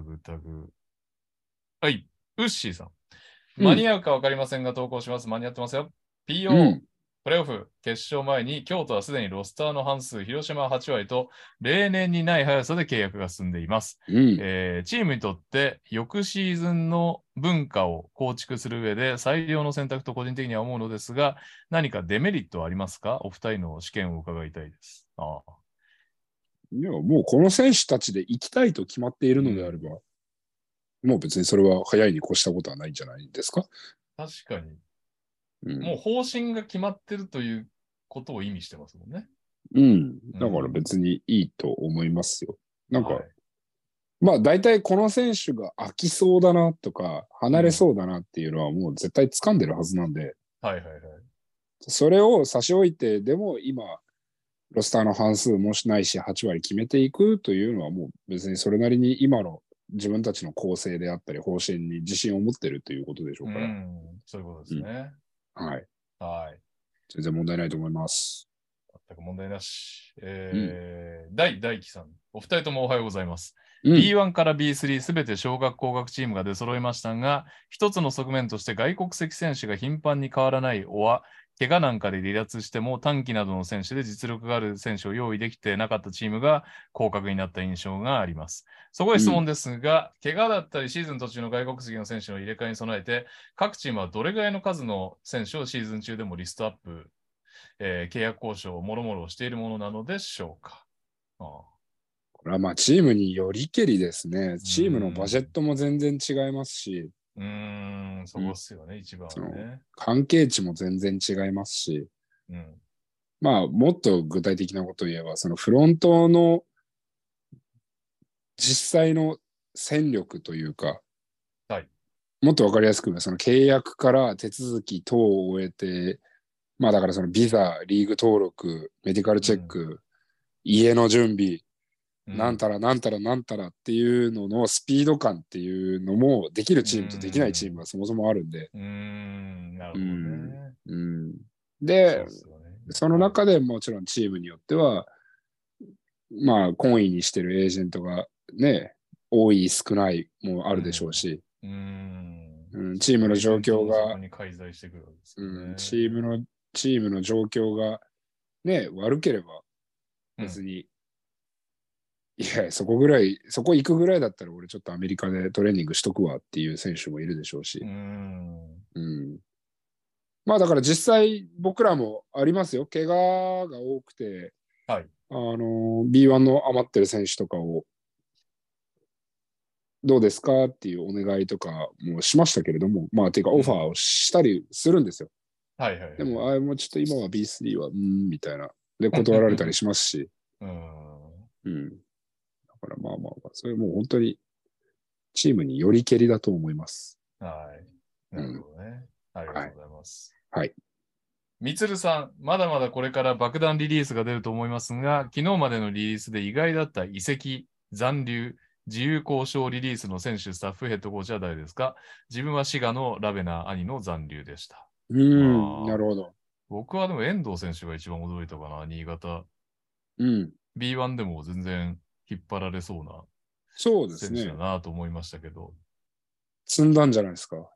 はい。ウッシーさん。間に合うか分かりませんが投稿します。間に合ってますよ。PO、プレーオフ決勝前に京都はすでにロスターの半数、広島は8割と例年にない速さで契約が進んでいます。チームにとって翌シーズンの文化を構築する上で最良の選択と個人的には思うのですが、何かデメリットはありますか？お二人の試験を伺いたいです。 いや、もうこの選手たちで行きたいと決まっているのであれば、もう別にそれは早いに越したことはないんじゃないですか？ 確かに。もう方針が決まってるということを意味してますもんね。 だから別にいいと思いますよ。なんか、まあ大体この選手が飽きそうだなとか、離れそうだなっていうのはもう絶対掴んでるはずなんで、それを差し置いて、でも今、ロスターの半数もしないし8割決めていくというのはもう別にそれなりに今の自分たちの構成であったり方針に自信を持ってるということでしょうから。 そういうことですね。 はい。 はい。 全然問題ないと思います。 全く問題なし。大輝さん。お二人ともおはようございます。B1 から B3 すべて小学校学チームが出揃いましたが、一つの側面として外国籍選手が頻繁に変わらない怪我なんかで離脱しても短期などの選手で実力がある選手を用意できてなかったチームが降格になった印象があります。そこで質問ですが、怪我だったりシーズン途中の外国籍の選手の入れ替えに備えて、各チームはどれぐらいの数の選手をシーズン中でもリストアップ、契約交渉をもろもろしているものなのでしょうか？ これはまあチームによりけりですね。チームのバジェットも全然違いますし。 そうっすよね、一番はね。 関係値も全然違いますし。まあ、もっと具体的なことを言えば、そのフロントの実際の戦力というか、もっとわかりやすく言えば、その契約から手続き等を終えて、まあだからそのビザ、リーグ登録、メディカルチェック、家の準備、なんたらっていうののスピード感っていうのもできるチームとできないチームがそもそもあるんで。 なるほどね。 で、その中でもちろんチームによっては、 まあ、懇意にしてるエージェントがね、多い、少ないもあるでしょうし、チームの状況が、チームの状況がね、悪ければ、別に、いや、そこ行くぐらいだったら、俺ちょっとアメリカでトレーニングしとくわっていう選手もいるでしょうし。まあだから実際僕らもありますよ。怪我が多くて、 はい、 B1 の余ってる選手とかをどうですかっていうお願いとかもしましたけれども、まあていうかオファーをしたりするんですよ。でも、もうちょっと今は B3 は、みたいな。で、断られたりしますし。だからまあまあ、それもう本当にチームによりけりだと思います。 はい。なるほどね。ありがとうございます。 はい。 みつるさん、まだまだこれから爆弾リリースが出ると思いますが、昨日までのリリースで意外だった移籍、残留、自由交渉リリースの選手、スタッフ、ヘッドコーチは誰ですか？自分は滋賀のラベナ兄の残留でした。 なるほど。 僕はでも遠藤選手が一番驚いたかな、新潟。B1 でも全然引っ張られそうな選手だなと思いましたけど。 積んだんじゃないですか。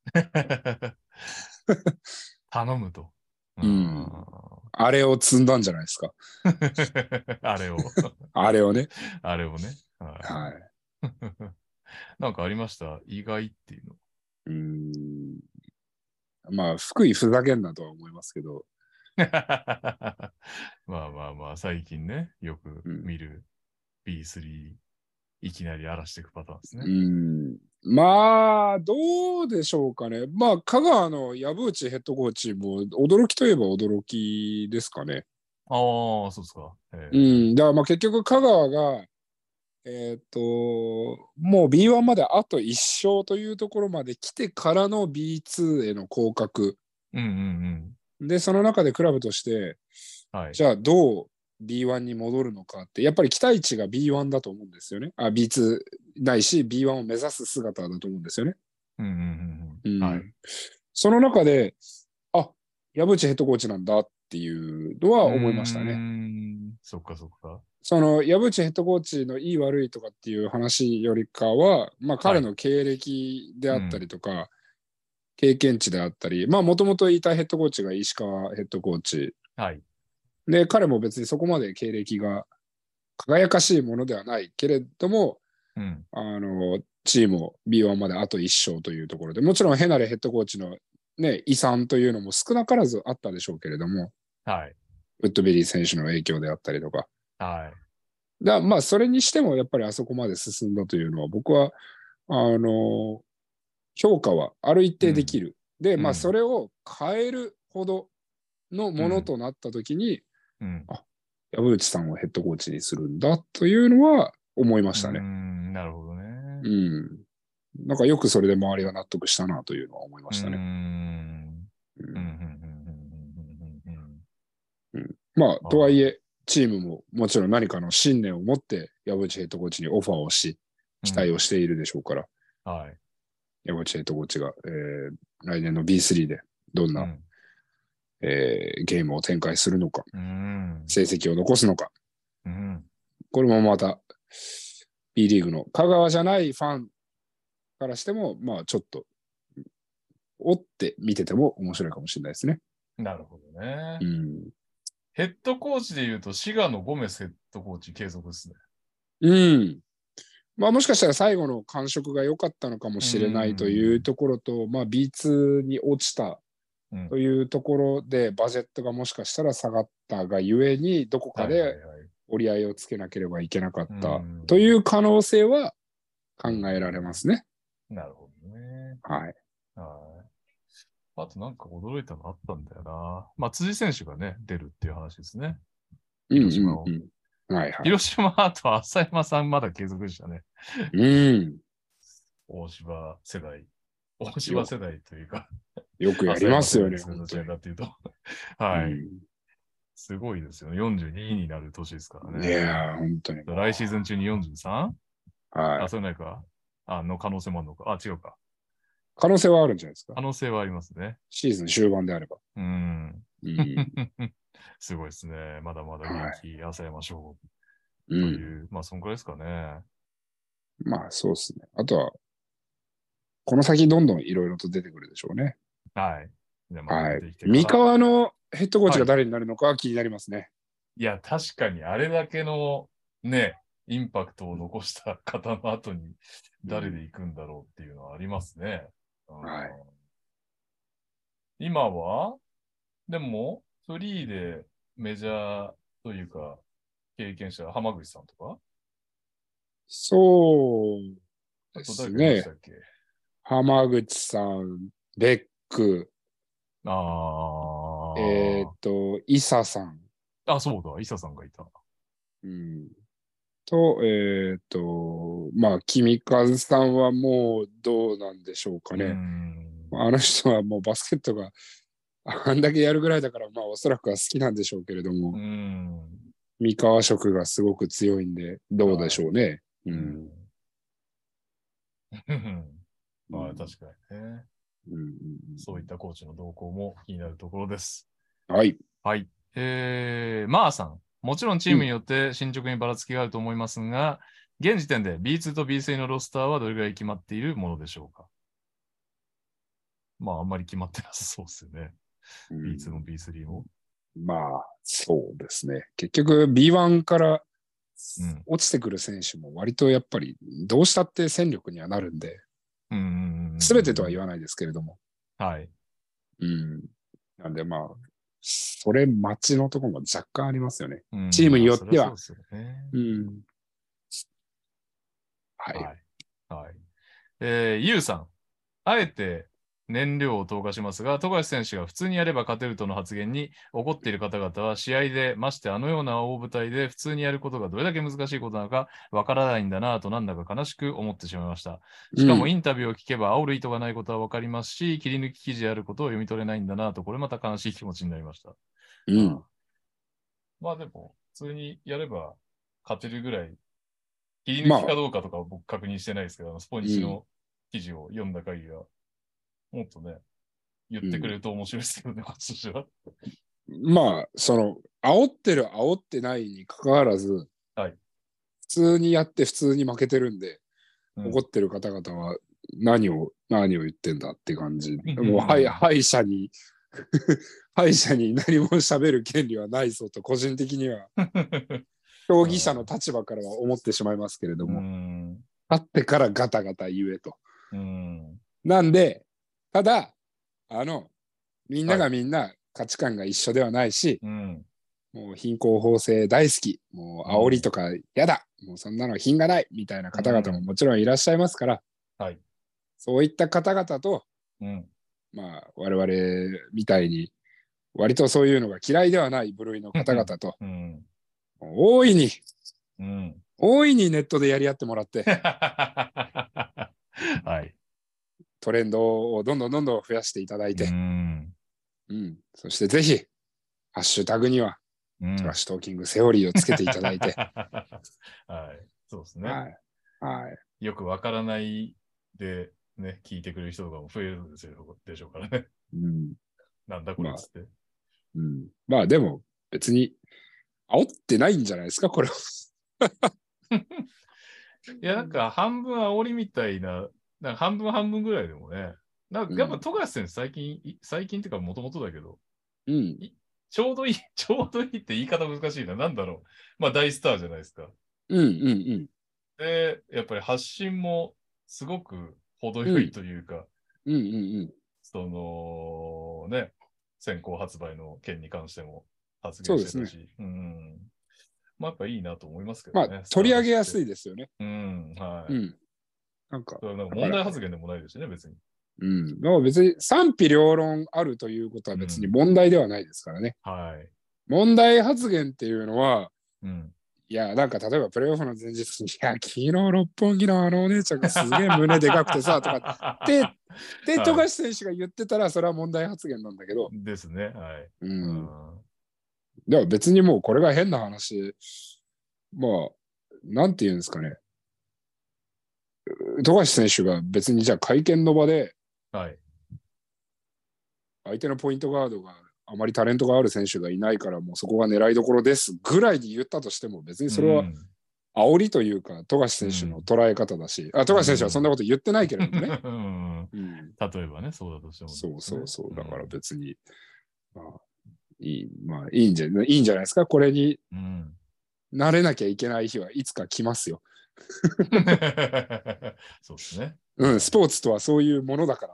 頼むと。 あれを積んだんじゃないですか。 あれを。 あれをね。 あれをね。 はい。 なんかありました意外っていうの。まあ、福井ふざけんなとは思いますけど。 まあまあまあ、最近ね、よく見る B3、いきなり荒らしていくパターンですね。 まあ、どうでしょうかね。まあ、香川の藪内ヘッドコーチも驚きといえば驚きですかね。 ああ、そうですか。 だからまあ結局香川が、もう B1 まであと1勝というところまで来てからの B2 への降格。で、その中でクラブとして、じゃあどう B1 に戻るのかって、やっぱり期待値が B1 だと思うんですよね。B2 ないし B1 を目指す姿だと思うんですよね。その中で、藪内ヘッドコーチなんだっていうのは思いましたね。 そっかそっか。 その藪内ヘッドコーチのいい悪いとかっていう話よりかは、まあ彼の経歴であったりとか、経験値であったり、まあもともといたヘッドコーチが石川ヘッドコーチ。で、彼も別にそこまで経歴が輝かしいものではないけれども、チームを B1 まであと1勝というところで、もちろんヘナレヘッドコーチのね、遺産というのも少なからずあったでしょうけれども、ウッドベリー選手の影響であったりとか。まあ、それにしてもやっぱりあそこまで進んだというのは、僕は、評価はある一定できる。で、まあ、それを変えるほどのものとなったときに、藪内さんをヘッドコーチにするんだというのは思いましたね。 なるほどね。 なんかよくそれで周りが納得したなというのは思いましたね。まあ、とはいえ、チームももちろん何かの信念を持って藪内ヘッドコーチにオファーをし、期待をしているでしょうから、藪内ヘッドコーチが、来年の B3 でどんな、ゲームを展開するのか、成績を残すのか、これもまた B リーグの香川じゃないファンからしても、まあちょっと追って見てても面白いかもしれないですね。 なるほどね。ヘッドコーチでいうと、滋賀のゴメスヘッドコーチ継続ですね。 まあもしかしたら最後の感触が良かったのかもしれないというところと、まあ B2 に落ちたというところで、バジェットがもしかしたら下がったがゆえに、どこかで折り合いをつけなければいけなかったという可能性は考えられますね。 なるほどね。あとなんか驚いたのあったんだよな。まあ、辻選手がね、出るっていう話ですね。広島を。広島と浅山さんまだ継続でしたね。大柴世代。大柴世代というか。 よくやりますよね。 どちらかというと。すごいですよね。42になる年ですからね。 いや、本当に。 来シーズン中に 43？ それないか。の可能性もあるのか。違うか。 可能性はあるんじゃないですか。 可能性はありますね。 シーズン終盤であれば。 すごいですね。まだまだ元気、浅山翔吾。 という、まあ、そんくらいですかね。 まあ、そうですね。あとは、この先どんどんいろいろと出てくるでしょうね。 はい。じゃあまたはい。 出てきてか三ら。 河のヘッドコーチはい。 が誰になるのかは気になりますね。 いや、確かにあれだけのね、インパクトを残した方の後に誰で行くんだろうっていうのはありますね。 はい。 今は、でも、フリーでメジャーというか、経験者、浜口さんとか、 そうであと誰かいましすね。 たっけ？ 浜口さん、ベック、イサさん。 あ、そうだ、イサさんがいた。 うん、と、まあ、君和さんはもうどうなんでしょうかね。あの人はもうバスケットがあんだけやるぐらいだから、まあ、おそらくは好きなんでしょうけれども、三河色がすごく強いんで、どうでしょうね。 まあ、確かにね。そういったコーチの動向も気になるところです。 はい。 はい。マーさん。もちろんチームによって進捗にばらつきがあると思いますが、現時点で B2 と B3 のロスターはどれくらい決まっているものでしょうか？まあ、あんまり決まってなさそうですよね。B2 も B3 も。 まあ、そうですね。結局 B1 から落ちてくる選手も割とやっぱりどうしたって戦力にはなるんで、すべてとは言わないですけれども。 はい。 なんでまあ、それ待ちのところも若干ありますよね。チームによっては。 はい。はい。ユウさん。あえて燃料を投下しますが、富樫選手が普通にやれば勝てるとの発言に怒っている方々は、試合で、ましてあのような大舞台で普通にやることがどれだけ難しいことなのかわからないんだなと、なんだか悲しく思ってしまいました。しかもインタビューを聞けば煽る意図がないことはわかりますし、切り抜き記事であることを読み取れないんだなと、これまた悲しい気持ちになりました。まあでも、普通にやれば勝てるぐらい、切り抜きかどうかとかは僕確認してないですけど、スポニチの記事を読んだ限りは、もっとね、言ってくれると面白いですけどね、こっちとしては。 まあ、煽ってる、煽ってないにかかわらず、 はい、 普通にやって普通に負けてるんで、怒ってる方々は何を言ってんだって感じ。もう、敗者に何も喋る権利はないぞと、個人的には、競技者の立場からは思ってしまいますけれども、勝ってからガタガタ言えと。なんで、ただ、みんながみんな価値観が一緒ではないし、もう貧困法制大好き、もう煽りとか嫌だ、もうそんなの品がないみたいな方々ももちろんいらっしゃいますから、そういった方々と、まあ我々みたいに割とそういうのが嫌いではない部類の方々と、大いにネットでやり合ってもらって、トレンドをどんどん増やしていただいて、そしてぜひハッシュタグにはトラッシュトーキングセオリーをつけていただいて。 そうですね。よくわからないで、ね、聞いてくれる人とかも増えるんでしょうからね。なんだこれっつって。 まあでも別に煽ってないんじゃないですか、これは。 いや、なんか半分煽りみたいな、なんか半分ぐらいでもね。なんかやっぱ富樫選手最近っていうかもともとだけど、ちょうどいいって言い方難しいな。なんだろう。まあ大スターじゃないですか。で、やっぱり発信もすごく程よいというか、先行発売の件に関しても発言してたし、まあやっぱいいなと思いますけどね。 まあ取り上げやすいですよね。 なんか問題発言でもないですしね、別に。 別に賛否両論あるということは別に問題ではないですからね。問題発言っていうのは、いや、なんか例えばプレーオフの前日に、いや、昨日六本木のあのお姉ちゃんがすげえ胸でかくてさ、とかって、で、富樫選手が言ってたら、それは問題発言なんだけど。 ですね、はい。 でも別にもうこれが変な話、まあ、なんて言うんですかね。富樫選手が別にじゃあ会見の場で、相手のポイントガードがあまりタレントがある選手がいないからもうそこが狙いどころですぐらいに言ったとしても別にそれは煽りというか、富樫選手の捉え方だし、富樫選手はそんなこと言ってないけれどもね。 例えばね、そうだとしても、 ね。そう。だから別に、まあ、いいんじゃないですか。これに慣れなきゃいけない日はいつか来ますよ。 そうですね。 スポーツとはそういうものだから。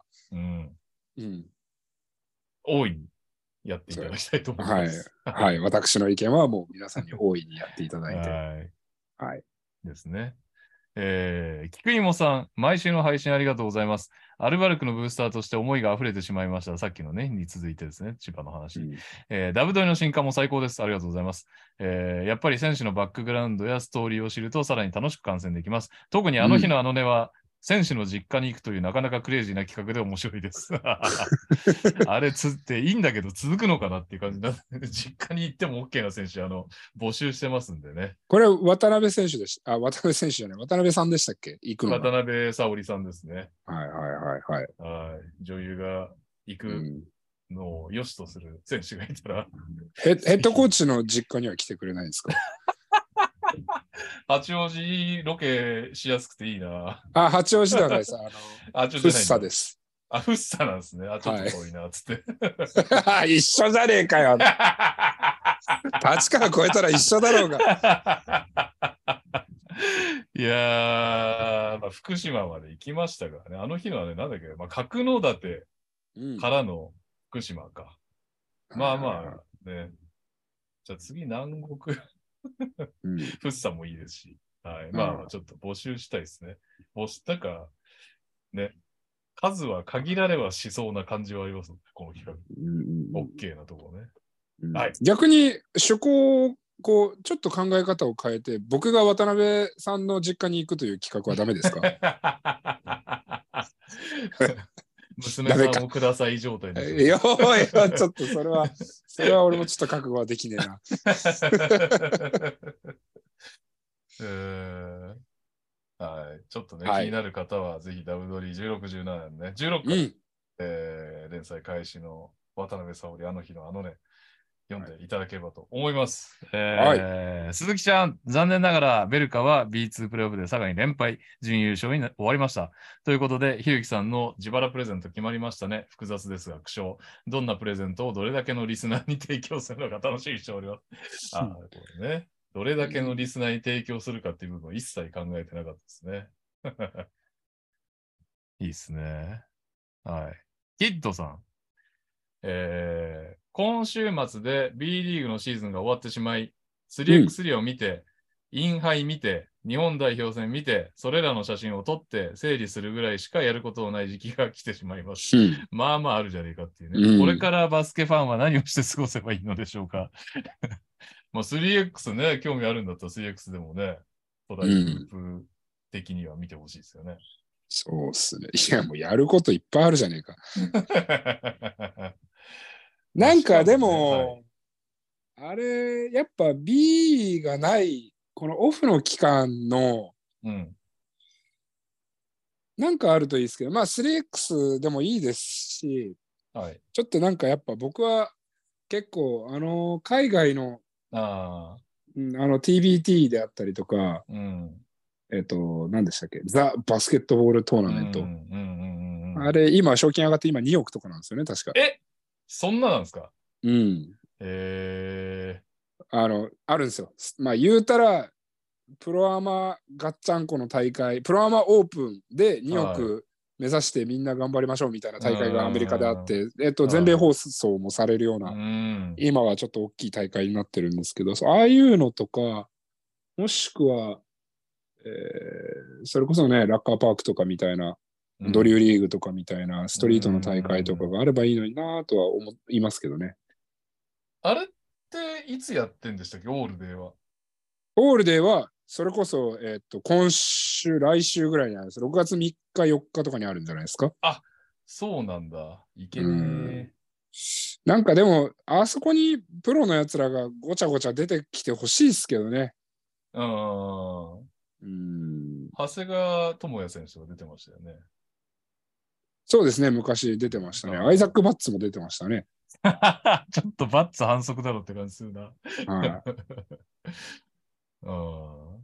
大いにやっていただきたいと思います。 はい。私の意見はもう皆さんに大いにやっていただいて。はい。 ですね。菊芋さん、毎週の配信ありがとうございます。アルバルクのブースターとして思いが溢れてしまいました。さっきのね、に続いてですね、千葉の話。ダブドリの進化も最高です。ありがとうございます。やっぱり選手のバックグラウンドやストーリーを知るとさらに楽しく観戦できます。特にあの日のあのねは、選手の実家に行くというなかなかクレイジーな企画で面白いです。あれつっていいんだけど続くのかなっていう感じで、実家に行っても OK な選手募集してますんでね。 これ渡辺選手でした。渡辺選手じゃない、渡辺さんでしたっけ、行くの渡辺沙織さんですね。 はい。 女優が行くのを良しとする選手がいたら。 ヘッドコーチの実家には来てくれないんですか？ 八王子ロケしやすくていいな。 八王子だからさ、フッサです。 フッサなんですね。ちょっと遠いな、つって。 一緒じゃねえかよ。立川越えたら一緒だろうが。 いやー、福島まで行きましたからね。あの日のはね、なんだっけ、角館からの福島か。まあね。じゃあ次南国。フッサもいいですし、はい。ちょっと募集したいですね。なんか、ね、数は限られはしそうな感じはありますので、この企画。OK なところね。はい。 逆に、趣向をちょっと考え方を変えて、僕が渡辺さんの実家に行くという企画はダメですか？ 娘さんをください状態で。 ちょっとそれは俺もちょっと覚悟はできねえな。 はい。ちょっとね、気になる方はぜひダブドリ16、17年ね、16回、連載開始の渡辺沙織あの日のあのね、読んでいただければと思います。鈴木ちゃん、残念ながらベルカは B2 プレイオフで佐賀に連敗、準優勝に終わりました。ということで、ひろゆきさんの自腹プレゼント決まりましたね。複雑ですが、苦笑。どんなプレゼントをどれだけのリスナーに提供するのか楽しみにしております。これね。どれだけのリスナーに提供するかっていう部分を一切考えてなかったですね。いいですね。はい。キッドさん。今週末で B リーグのシーズンが終わってしまい、3x3 を見て、インハイ見て、日本代表戦見て、それらの写真を撮って整理するぐらいしかやることのない時期が来てしまいます。まああるじゃねえかっていうね。これからバスケファンは何をして過ごせばいいのでしょうか。3x ね、興味あるんだったら 3x でもね、トライグループ的には見てほしいですよね。 そうっすね。いや、もうやることいっぱいあるじゃねえか。なんかでも、あれ、やっぱ B がない、このオフの期間の、なんかあるといいですけど、3X でもいいですし、ちょっとなんかやっぱ僕は結構、海外の、TBT であったりとか、何でしたっけ、ザ・バスケットボールトーナメント。あれ、今、賞金上がって今2億とかなんですよね、確か。 そんななんですか？ あるんですよ。言うたら、プロアマガッチャンコの大会、プロアマオープンで2億目指してみんな頑張りましょうみたいな大会がアメリカであって、全米放送もされるような、今はちょっと大きい大会になってるんですけど、ああいうのとか、もしくは、それこそね、ラッカーパークとかみたいな、ドリューリーグとかみたいな、ストリートの大会とかがあればいいのになとは思いますけどね。 あれっていつやってんでしたっけ、オールデーは。 オールデーは、それこそ、来週ぐらいにあるんです。6月3日、4日とかにあるんじゃないですか。 そうなんだ。いけねえ。 なんかでも、あそこにプロのやつらがごちゃごちゃ出てきてほしいですけどね。 長谷川智也選手が出てましたよね。 そうですね、昔出てましたね。アイザック・バッツも出てましたね。 ちょっとバッツ反則だろって感じするな。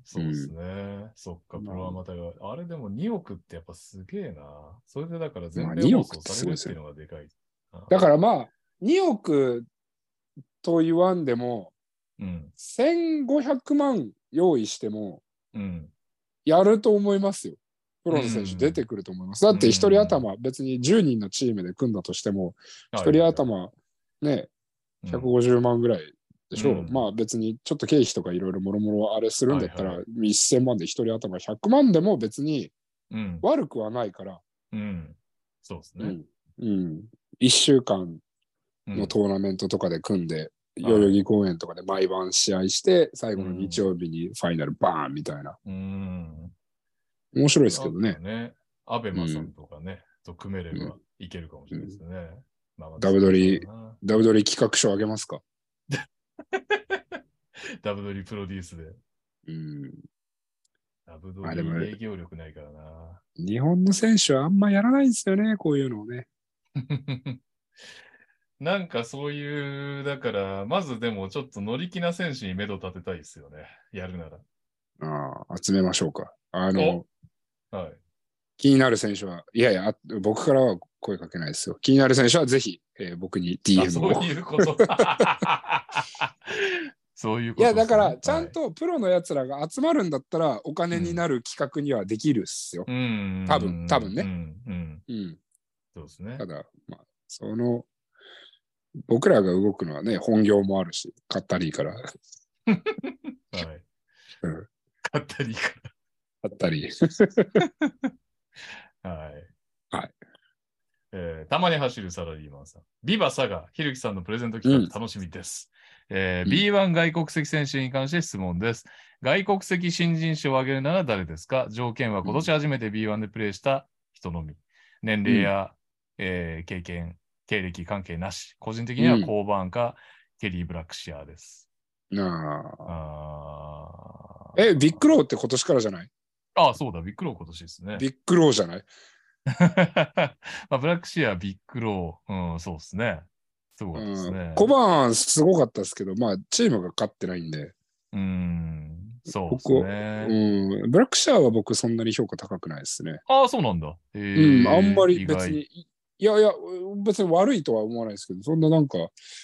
そうですね。そっか、プロアマタが。あれでも2億ってやっぱすげえな。それでだから全米放送されるっていうのがでかい。 だからまあ、2億と言わんでも、1500万用意しても、やると思いますよ。プロの選手出てくると思います。だって1人頭、別に10人のチームで組んだとしても、1人頭ね、150万ぐらいでしょ。まあ別にちょっと経費とかいろいろもろもろあれするんだったら、1000万で1人頭100万でも別に悪くはないから。 そうですね。 1週間のトーナメントとかで組んで、代々木公園とかで毎晩試合して、最後の日曜日にファイナルバーンみたいな。面白いですけどね。 アベマさんとかね、と組めればいけるかもしれないですね。 ダブドリ企画書あげますか？ ダブドリプロデュースで。ダブドリ営業力ないからな。 日本の選手はあんまやらないんですよね、こういうのをね。 なんかそういう、だから、まずでもちょっと乗り気な選手に目処立てたいですよね。やるなら。 集めましょうか。 はい。 気になる選手は、いやいや、僕からは声かけないですよ。気になる選手はぜひ、僕に DM を。 そういうこと。そういうこと、 いや、だから、ちゃんとプロのやつらが集まるんだったら、お金になる企画にはできるっすよ。多分ね。 そうですね。 ただ、まあ、僕らが動くのはね、本業もあるし、買ったりいいから。はい。 買ったりいいから。 買ったり。 はい。 はい。 たまに走るサラリーマンさん。ビバサガ、ひるきさんのプレゼント企画楽しみです。B1 外国籍選手に関して質問です。外国籍新人賞を挙げるなら誰ですか？条件は今年初めて B1 でプレーした人のみ。年齢や、経験、経歴関係なし。個人的にはコーバーンか、ケリー・ブラックシアーです。 ビッグローって今年からじゃない？ そうだ、ビッグロー今年ですね。 ビッグローじゃない？ ブラックシアー、ビッグロー、そうですね。すごかったですね。 コバーンすごかったですけど、まあ、チームが勝ってないんで。 そうですね。 ブラックシャーは僕そんなに評価高くないですね。 そうなんだ。 あんまり別に、いや、別に悪いとは思わないですけど、そんななんか、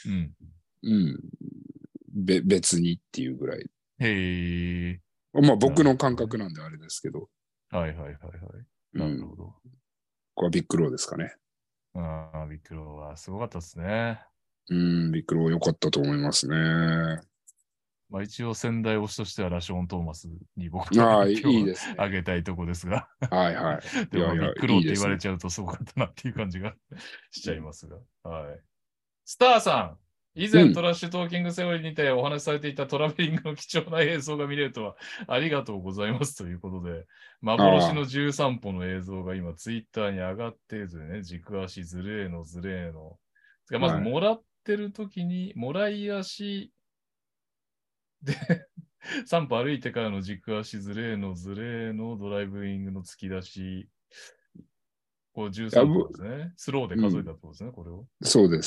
別にっていうぐらい。まあ僕の感覚なんであれですけど。 はい。なるほど。 ここはビッグローですかね。 ビッグローはすごかったですね。 ビッグロー良かったと思いますね。 まあ一応仙台推しとしてはラショーン・トーマスに僕は票をあげたいとこですが。 はいはい。 でもビッグローって言われちゃうとすごかったなっていう感じがしちゃいますが。はい。スターさん、以前トラッシュトーキングセオリーにてお話しされていたトラベリングの貴重な映像が見れるとはありがとうございますということで、幻の13歩の映像が今ツイッターに上がっているというね、軸足ずれーの。まずもらってる時に、もらい足で、3歩歩いてからの軸足ずれーのドライブイングの突き出し、これ13歩ですね。スローで数えたってことですね、これを。 そうです。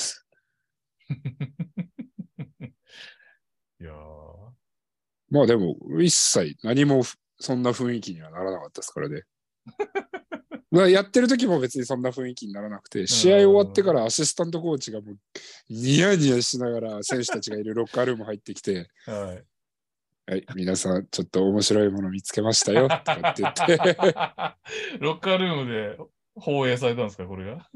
いやまあでも、一切何もそんな雰囲気にはならなかったですからね。やってる時も別にそんな雰囲気にならなくて、試合終わってからアシスタントコーチがもうニヤニヤしながら選手たちがいるロッカールーム入ってきて、はい、皆さんちょっと面白いもの見つけましたよとかって言ってロッカールームで放映されたんですか、これが。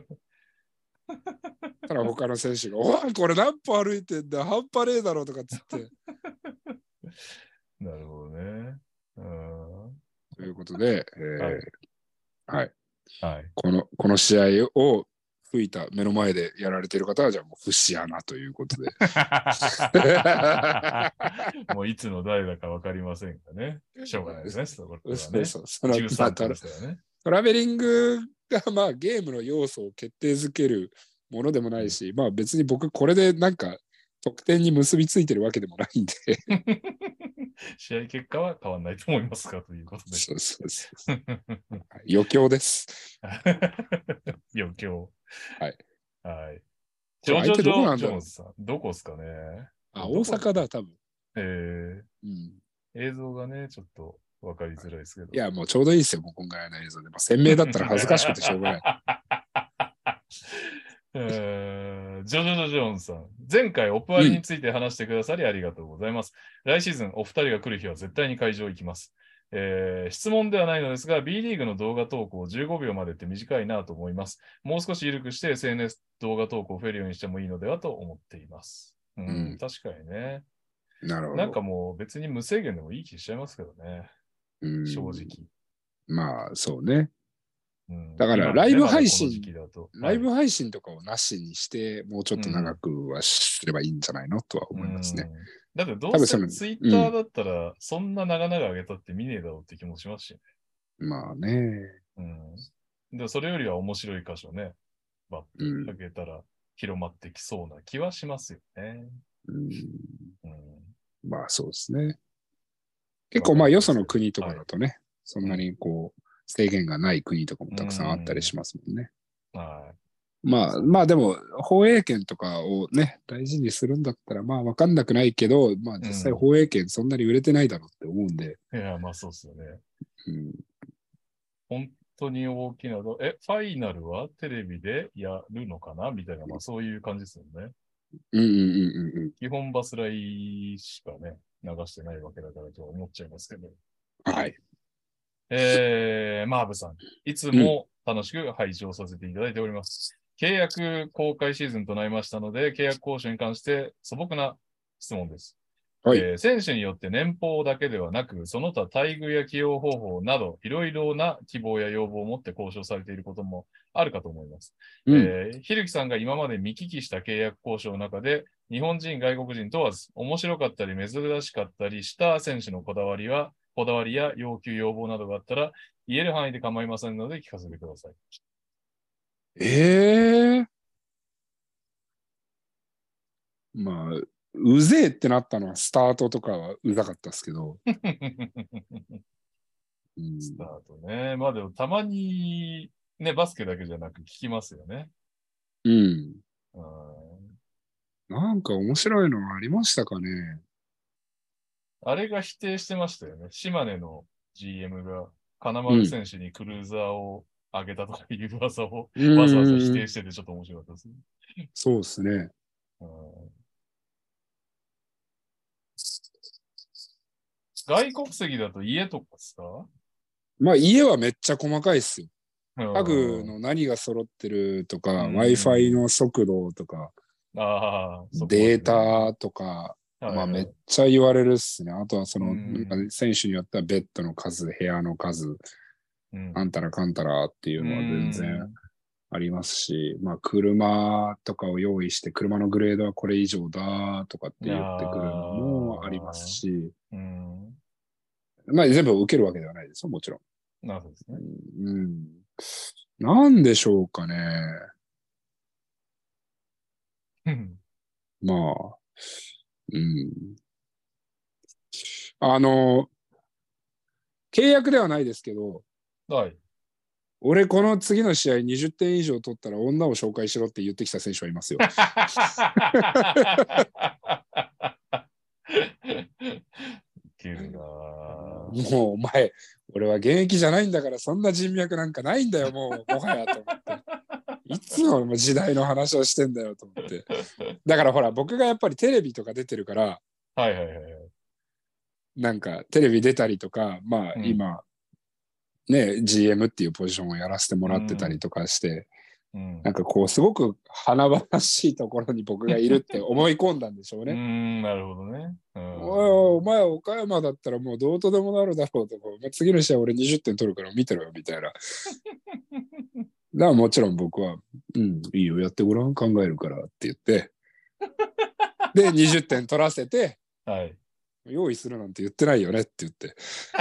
ただ他の選手が、おい、これ何歩歩いてんだ、半端ねえだろとかっつって。 なるほどね。 ということで、はい。 はい、 この試合を吹いた目の前でやられている方は、じゃあもう節穴ということで。 もういつの誰だか分かりませんがね。しょうがないですね、そこはね。 そうトラベリングがまあゲームの要素を決定づけるものでもないし、まあ別に僕これでなんか得点に結びついてるわけでもないんで。 試合結果は変わらないと思いますかということで。 そう。余興です。 余興。 はい。 相手どこなんだろう。 どこですかね。 大阪だ、多分。 映像がね、ちょっとわかりづらいですけど。 いや、もうちょうどいいですよ、もうこんぐらいの映像で。鮮明だったら恥ずかしくてしょうがない。 ジョジョジョジョンさん。前回オプアリについて話してくださりありがとうございます。来シーズンお二人が来る日は絶対に会場行きます。質問ではないのですが、B リーグの動画投稿15秒までって短いなと思います。もう少し緩くして SNS 動画投稿増えるようにしてもいいのではと思っています。確かにね。 なるほど。 なんかもう別に無制限でもいい気しちゃいますけどね。正直。 まあ、そうね。だか今のねらライブ配まだこの時信、 期だとライブ配信とかをなしにして、もうちょっと長くはすればいいんじゃないのとは思いますね。 だってどうせツイッターだったら、そんな長々上げたって見ねえだろうって気もしますしね。 まあね。 でそれよりは面白い箇所ね、バッと上げたら広まってきそうな気はしますよね。 まあそうですね。結構まあよその国とかだとね、そんなにこう制限がない国とかもたくさんあったりしますもんね。まあでも放映権とかをね大事にするんだったらまあ分かんなくないけど、まあ実際放映権そんなに売れてないだろうって思うんで。 いやまあそうですよね。本当に大きなファイナルはテレビでやるのかなみたいな、まあそういう感じですよね。基本バスライしかね、流してないわけだからとは思っちゃいますけど。 はい。 マーブさん、いつも楽しく拝聴させていただいております。契約公開シーズンとなりましたので、契約交渉に関して素朴な質問です。選手によって年俸だけではなく、その他待遇や起用方法など、いろいろな希望や要望を持って交渉されていることもあるかと思います。ひるきさんが今まで見聞きした契約交渉の中で、日本人、外国人問わず、面白かったり珍しかったりした選手のこだわりや要求、要望などがあったら、言える範囲で構いませんので聞かせてください。 まあ、うぜえってなったのはスタートとかはうざかったですけど。 スタートね。まあでもたまにね、バスケだけじゃなく聞きますよね。 なんか面白いのありましたかね。 あれが否定してましたよね。島根の GM が金丸選手にクルーザーをあげたとかいう噂をわざわざ否定しててちょっと面白かったですね。 そうですね。 外国籍だと家とかですか？ まあ家はめっちゃ細かいっすよ。家具の何が揃ってるとか、Wi-Fi の速度とか、データとか、まあめっちゃ言われるっすね。あとはその、選手によってはベッドの数、部屋の数、あんたらかんたらっていうのは全然ありますし、まあ車とかを用意して、車のグレードはこれ以上だとかって言ってくるのもありますし、まあ全部受けるわけではないですよ、もちろん。 なるほどですね。 なんでしょうかね。まあ、契約ではないですけど、俺この次の試合20点以上取ったら女を紹介しろって言ってきた選手はいますよ。もうお前、俺は現役じゃないんだからそんな人脈なんかないんだよ、もうもはやと思って。いつの時代の話をしてんだよと思って。だからほら、僕がやっぱりテレビとか出てるから、なんかテレビ出たりとか、まあ今、ね、GM っていうポジションをやらせてもらってたりとかして、なんかこうすごく華々しいところに僕がいるって思い込んだんでしょうね。 なるほどね。 お前岡山だったらもうどうとでもなるだろうとか、次の試合俺20点取るから見てろよみたいな。だからもちろん僕は、いいよやってごらん考えるからって言って、で20点取らせて、用意するなんて言ってないよねって言って。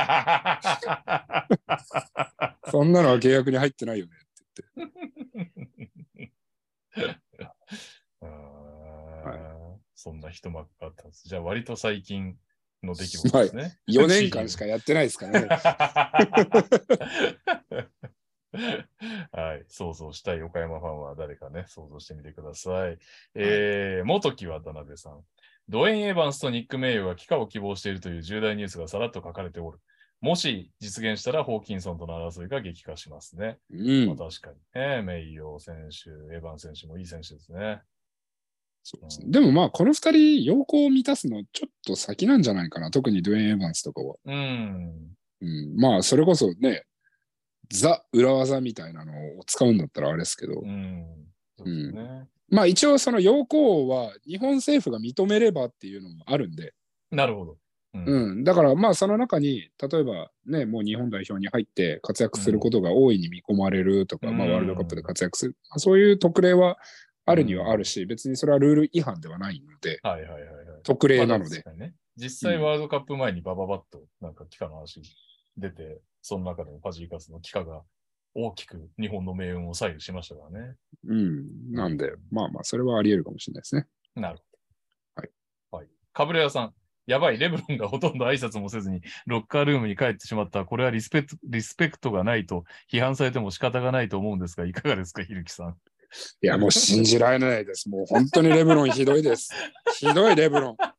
そんなのは契約に入ってないよねって言って。 そんな一幕があったんです。じゃあ割と最近の出来事ですね。 4年間しかやってないですからね。 はい、想像したい岡山ファンは誰かね、想像してみてください。元木渡辺さん。 ドウェイン・エヴァンスとニック・メイヨが帰化を希望しているという重大ニュースがさらっと書かれておる。もし実現したらホーキンソンとの争いが激化しますね。まあ、確かにね。メイヨ選手、エヴァン選手もいい選手ですね。 そうですね。でもまあこの2人要項を満たすのちょっと先なんじゃないかな。特にドゥエイン・エヴァンスとかは。まあそれこそね、ザ裏技みたいなのを使うんだったらあれですけど。 そうですね。 まあ一応その要項は日本政府が認めればっていうのもあるんで。 なるほど。 だからまあその中に例えばねもう日本代表に入って活躍することが大いに見込まれるとか、まあワールドカップで活躍する、そういう特例はあるにはあるし、別にそれはルール違反ではないので、特例なので、 実際ワールドカップ前にバババッとなんか帰化の話出て、その中でもファジーカスの帰化が大きく日本の命運を左右しましたからね。 なんでまあまあそれはあり得るかもしれないですね。 なるほど。はい。かぶれ屋さん。やばい、レブロンがほとんど挨拶もせずにロッカールームに帰ってしまった。これはリスペクトがないと批判されても仕方がないと思うんですが、いかがですか、ひるきさん。 いや、もう信じられないです。もう本当にレブロンひどいです。ひどいレブロン。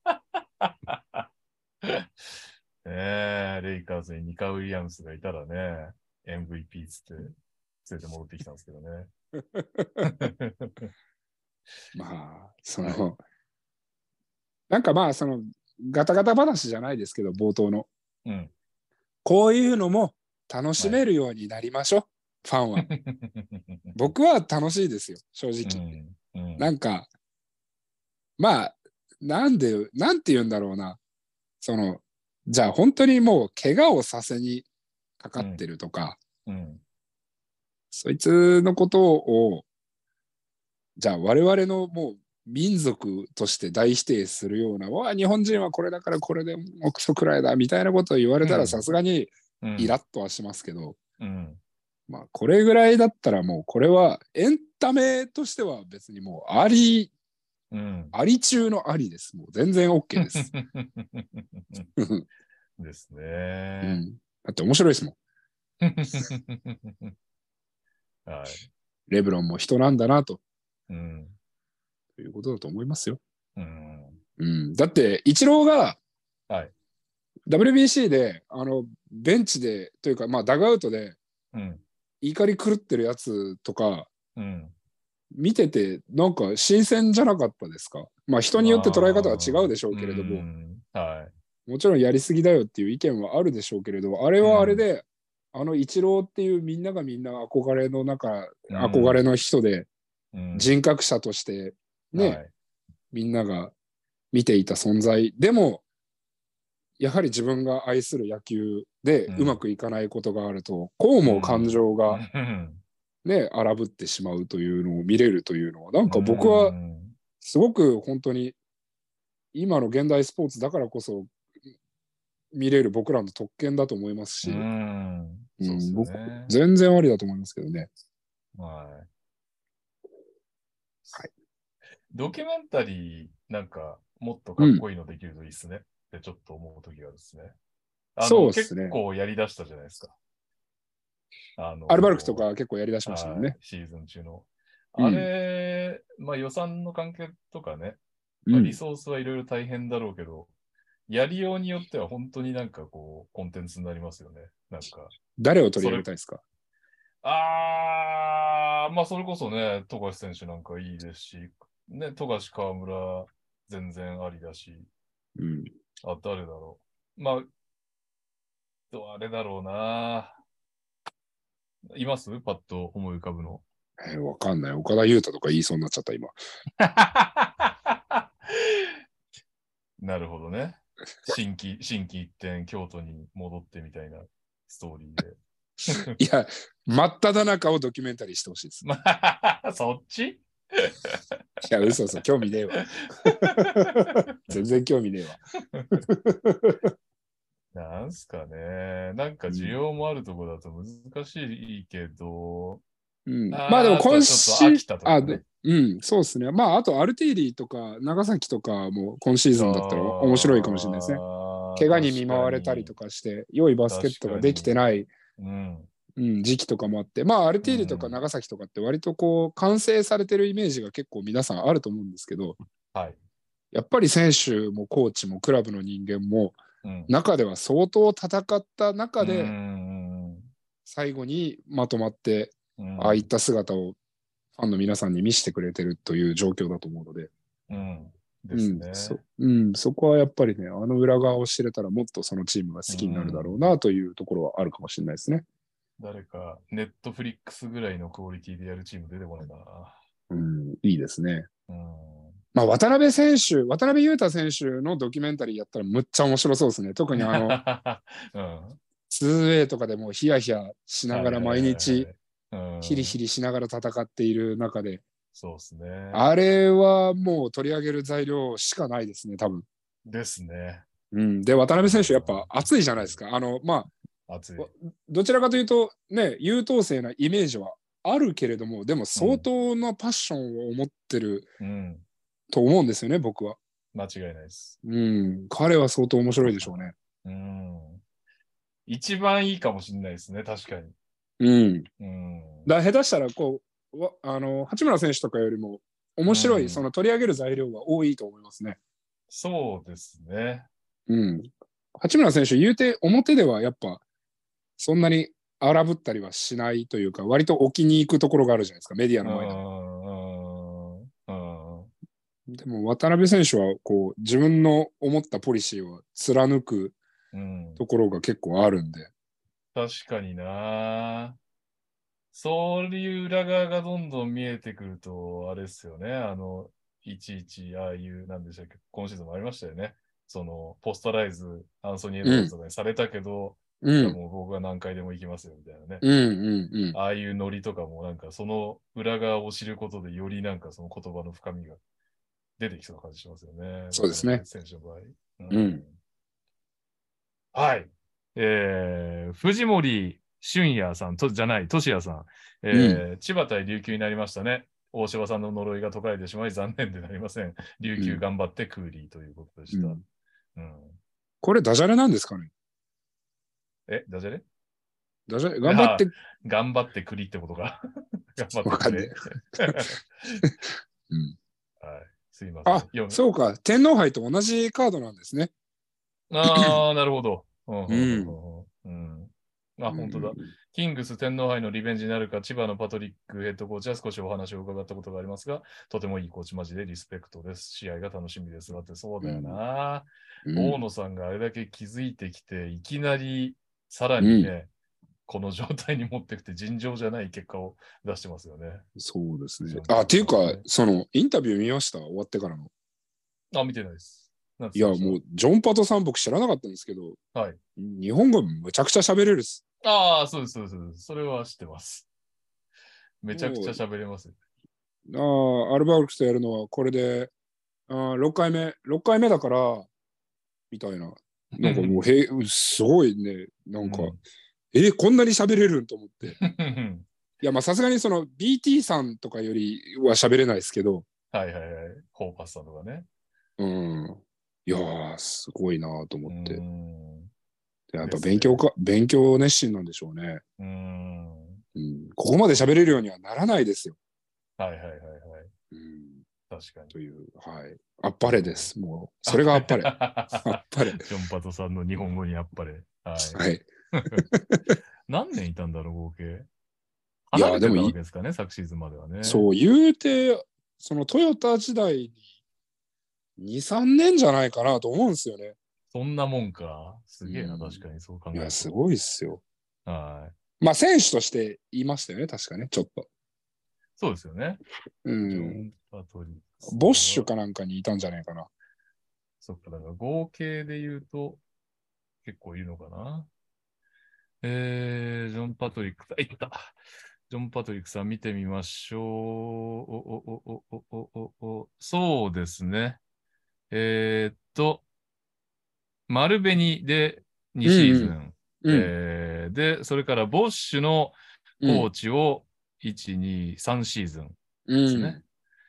レイカーズにニカ・ウィリアムスがいたらね、MVP つって連れて戻ってきたんですけどね。 まあ、なんかまあ、ガタガタ話じゃないですけど、冒頭の。こういうのも楽しめるようになりましょう、ファンは。僕は楽しいですよ、正直。なんか、まあ、なんて言うんだろうな。じゃあ本当にもう怪我をさせにかかってるとか、そいつのことを、じゃあ我々のもう民族として大否定するような、日本人はこれだからこれでもクソくらいだみたいなことを言われたらさすがにイラッとはしますけど、まあこれぐらいだったらもうこれはエンタメとしては別にもうあり中のありです。もう全然 OK です。 ですね、 だって面白いですもん。 はい、 レブロンも人なんだなと。ということだと思いますよ。だってイチローが WBC でベンチでというかまあダグアウトで怒り狂ってるやつとか見ててなんか新鮮じゃなかったですか？まあ人によって捉え方は違うでしょうけれども、もちろんやりすぎだよっていう意見はあるでしょうけれど、あれはあれでイチローっていうみんながみんな憧れの人で人格者としてね、みんなが見ていた存在でもやはり自分が愛する野球でうまくいかないことがあると、こうも感情がね荒ぶってしまうというのを見れるというのはなんか僕はすごく本当に今の現代スポーツだからこそ見れる僕らの特権だと思いますし、僕全然ありだと思いますけどね。 ドキュメンタリーなんかもっとかっこいいのできるといいですねってちょっと思う時があるですね。 そうですね。 結構やりだしたじゃないですか。 アルバルクとか結構やりだしましたよね。 シーズン中の。あれ、まあ予算の関係とかね、リソースはいろいろ大変だろうけど、やりようによっては本当になんかこうコンテンツになりますよね。なんか誰を取り上げたいですか？ まあそれこそね、富樫選手なんかいいですし、ね、富樫河村全然ありだし、誰だろう。まあ、あれだろうな。いますパッと思い浮かぶの。 わかんない。岡田優太とか言いそうになっちゃった、今。 なるほどね。心機一転、京都に戻ってみたいなストーリーで。いや、真っ只中をドキュメンタリーしてほしいです。 そっち？いや、嘘、興味ねえわ。全然興味ねえわ。 なんすかね。なんか需要もあるところだと難しいけど、 まあでも今シーズン、そうですね。まああとアルティーリーとか長崎とかも今シーズンだったら面白いかもしれないですね。怪我に見舞われたりとかして、良いバスケットができてない時期とかもあって、まあアルティーリーとか長崎とかって割とこう完成されてるイメージが結構皆さんあると思うんですけど、 やっぱり選手もコーチもクラブの人間も、中では相当戦った中で、最後にまとまって、ああいった姿をファンの皆さんに見せてくれてるという状況だと思うので、そこはやっぱりね、あの裏側を知れたらもっとそのチームが好きになるだろうなというところはあるかもしれないですね。 誰か、ネットフリックスぐらいのクオリティでやるチーム出てこないかな。いいですね。まあ、渡辺裕太選手のドキュメンタリーやったらむっちゃ面白そうですね。特に2way とかでもヒヤヒヤしながら毎日ヒリヒリしながら戦っている中で、 そうですね。 あれはもう取り上げる材料しかないですね、多分。 ですね。 で、渡辺選手やっぱ熱いじゃないですか。まあ、どちらかというとね、優等生なイメージはあるけれども、でも相当なパッションを持ってると思うんですよね、僕は。 間違いないです。 彼は相当面白いでしょうね。 一番いいかもしれないですね、確かに。 だ下手したら八村選手とかよりも面白い、その取り上げる材料が多いと思いますね。 そうですね。 八村選手、言うて表ではやっぱそんなに荒ぶったりはしないというか、割と置きに行くところがあるじゃないですか、メディアの前で。でも渡辺選手はこう自分の思ったポリシーを貫くところが結構あるんで。 確かにな。そういう裏側がどんどん見えてくると、あれですよね。いちいち、ああいう、なんでしたっけ、今シーズンもありましたよね。その、ポストライズ、アンソニー・エドワーズとかにされたけど、もう僕は何回でも行きますよ、みたいなね。ああいうノリとかも、なんか、その裏側を知ることで、よりなんかその言葉の深みが出てきそうな感じしますよね。 そうですね。 選手の場合。はい。藤森俊也さんじゃない、俊也さん。千葉対琉球になりましたね。大柴さんの呪いが解かれてしまい残念でなりません。琉球頑張ってクーリーということでした。 これダジャレなんですかね？ ダジャレ頑張って。 頑張ってクリってことか。頑張ってくれ。はい。すいません。 そうか。天皇杯と同じカードなんですね。 なるほど。本当だ。キングス天皇杯のリベンジになるか、千葉のパトリックヘッドコーチは少しお話を伺ったことがありますが、とてもいいコーチマジでリスペクトです。試合が楽しみですがって、そうだよな。大野さんがあれだけ気づいてきて、いきなりさらにね、この状態に持ってきて尋常じゃない結果を出してますよね。 そうですね。っていうか、そのインタビュー見ました？終わってからの。 見てないです。 いや、もう、ジョンパトさん僕知らなかったんですけど、日本語むちゃくちゃ喋れるっす。 そうです。それは知ってます。めちゃくちゃ喋れます。 アルバルクスとやるのはこれで、6回目だから、みたいな。なんかもう、すごいね、なんか、こんなに喋れるんと思って。いや、まあさすがにその BT さんとかよりは喋れないですけど。 ホーパスさんとかね。 いやー、すごいなと思って。やっぱ勉強熱心なんでしょうね。ここまで喋れるようにはならないですよ。 確かに。 という、あっぱれです。もう、それがあっぱれ。あっぱれ。 ジョンパトさんの日本語にあっぱれ。何年いたんだろう、合計。いや、でもいいですかね、昨シーズンまではね。 そう、言うて、そのトヨタ時代に2、3年じゃないかなと思うんですよね。 そんなもんか。すげえな、確かにそう考えると。 いや、すごいっすよ。まあ、選手として言いましたよね、確かね、ちょっと。 そうですよね。 ボッシュかなんかにいたんじゃないかな。 そっか、だから合計で言うと結構いるのかな。ジョン・パトリックさん、いった。ジョン・パトリックさん見てみましょう。そうですね。丸紅で2シーズン。で、それからボッシュのコーチを1、2、3シーズンですね。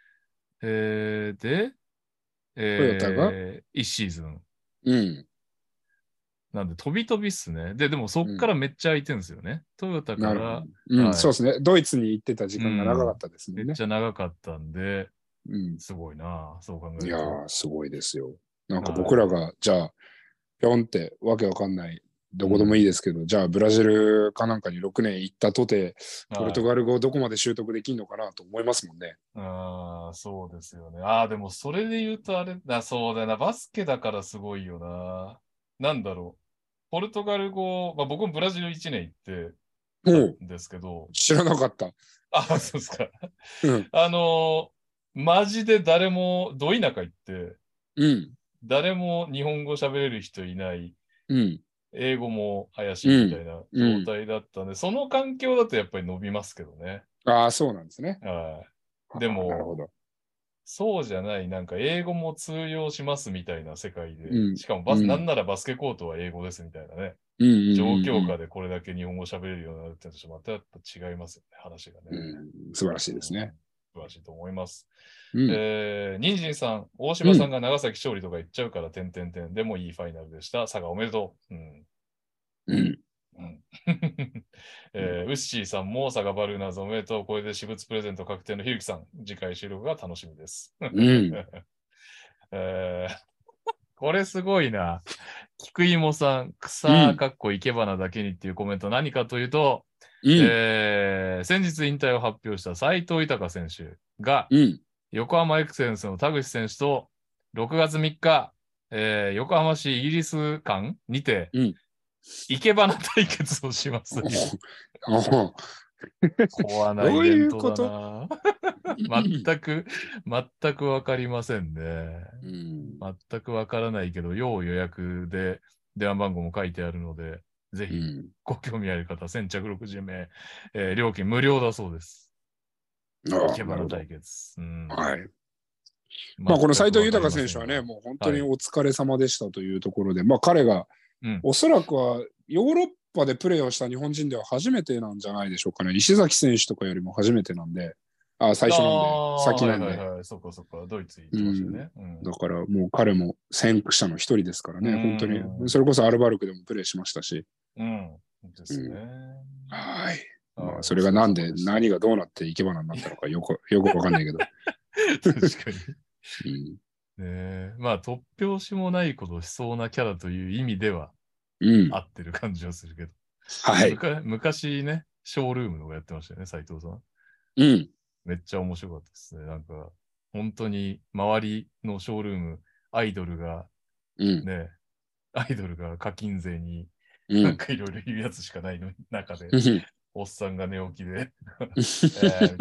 で、 トヨタが 1シーズン。なんで、飛び飛びっすね。でもそっからめっちゃ空いてるんですよね。トヨタから。 そうですね。ドイツに行ってた時間が長かったですもんね。 めっちゃ長かったんで、 すごいな、そう考えると。 いやー、すごいですよ。なんか僕らが、じゃあ、ぴょんってわけわかんない、どこでもいいですけど、じゃあ、ブラジルかなんかに6年行ったとて、ポルトガル語をどこまで習得できるのかなと思いますもんね。 そうですよね。でもそれで言うとあれだ、そうだよな、バスケだからすごいよな。なんだろう。ポルトガル語、僕もブラジル1年行ってたんですけど。 知らなかった。 そうですか。 うん。 マジで誰も、ど田舎行って、 うん。 誰も日本語喋れる人いない。 うん。 英語も怪しいみたいな状うん。 態だったんで、その環境だとやっぱり伸びますけどね。 ああ、そうなんですね。 でも、 なるほど。 そうじゃない、なんか英語も通用しますみたいな世界で、 うん。 しかもなんうん。 ならバスケコートは英語ですみたいなね。 うん。うん。 状況うん。 下でこれだけ日本語喋れるようになるってのとまたやっぱ違いますよね、話がね。 素晴らしいですね。 素晴らしいと思います。 うん。 ニンジンさん、大柴さんが長崎勝利とか言っちゃうから、でもいいファイナルでした。佐賀おめでとう。ウッシーさんも佐賀バルーナーズおめでとう。これで私物プレゼント確定のひるきさん、次回収録が楽しみです。これすごいな。菊芋さん、草かっこいけばなだけにっていうコメント何かというと、先日引退を発表した斉藤豊選手が、横浜エクセレンスの田口選手と6月3日、横浜市イギリス館にて、生け花対決をします。怖なイベントだな。全くわかりませんね。全くわからないけど、要予約で電話番号も書いてあるので、ぜひご興味ある方、先着60名、料金無料だそうです。生け花対決。 はい。この斉藤豊選手はね、もう本当にお疲れ様でしたというところで、彼が、おそらくはヨーロッパでプレーをした日本人では初めてなんじゃないでしょうかね。石崎選手とかよりも初めてなんで、最初なんで、先なんで。 そっか、ドイツ行ってましたね。 だからもう彼も先駆者の一人ですからね、本当に。それこそアルバルクでもプレーしましたし。 ですね。 はい。それが何がどうなって生け花になったのかよくわかんないけど。 確かに。突拍子もないことをしそうなキャラという意味では、合ってる感じはするけど。 はい。 昔ね、ショールームのがやってましたよね、斉藤さん。めっちゃ面白かったですね。なんか、本当に周りのショールーム、アイドルが課金税になんかいろいろ言うやつしかないの中で、おっさんが寝起きで、みたいな。シ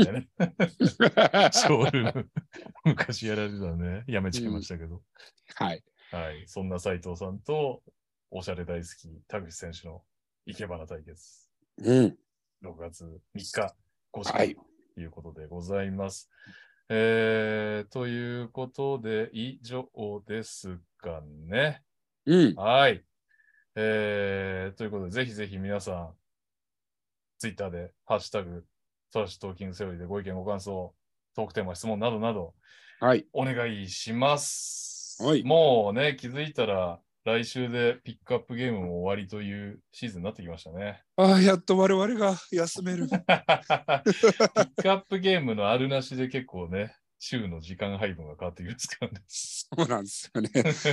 ョールーム、昔やられてたね。やめちゃいましたけど。 はい。 そんな斉藤さんと、おしゃれ大好き、田口選手の生け花対決。6月3日、5時間ということでございます。ということで、以上ですかね。はい。ということで、ぜひぜひ皆さん、ツイッターで、ハッシュタグ、トラッシュトーキングセオリーでご意見、ご感想、トークテーマ、質問などなど、お願いします。もうね、気づいたら、来週でピックアップゲームも終わりというシーズンになってきましたね。 やっと我々が休める。ピックアップゲームのあるなしで結構ね、週の時間配分が変わってきますからね。 そうなんですよね。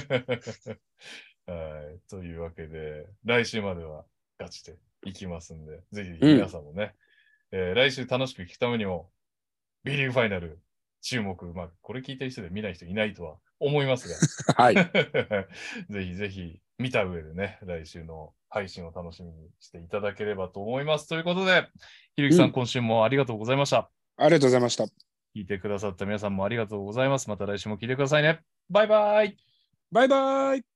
というわけで、来週まではガチでいきますんで、ぜひ皆さんもね、来週楽しく聞くためにも、B リーグファイナル注目、これ聞いてる人で見ない人いないとは思いますが、ぜひぜひ見た上でね、来週の配信を楽しみにしていただければと思います。ということで、ひるきさん、今週もありがとうございました。 ありがとうございました。 聞いてくださった皆さんもありがとうございます。また来週も聞いてくださいね。バイバイ。 バイバイ。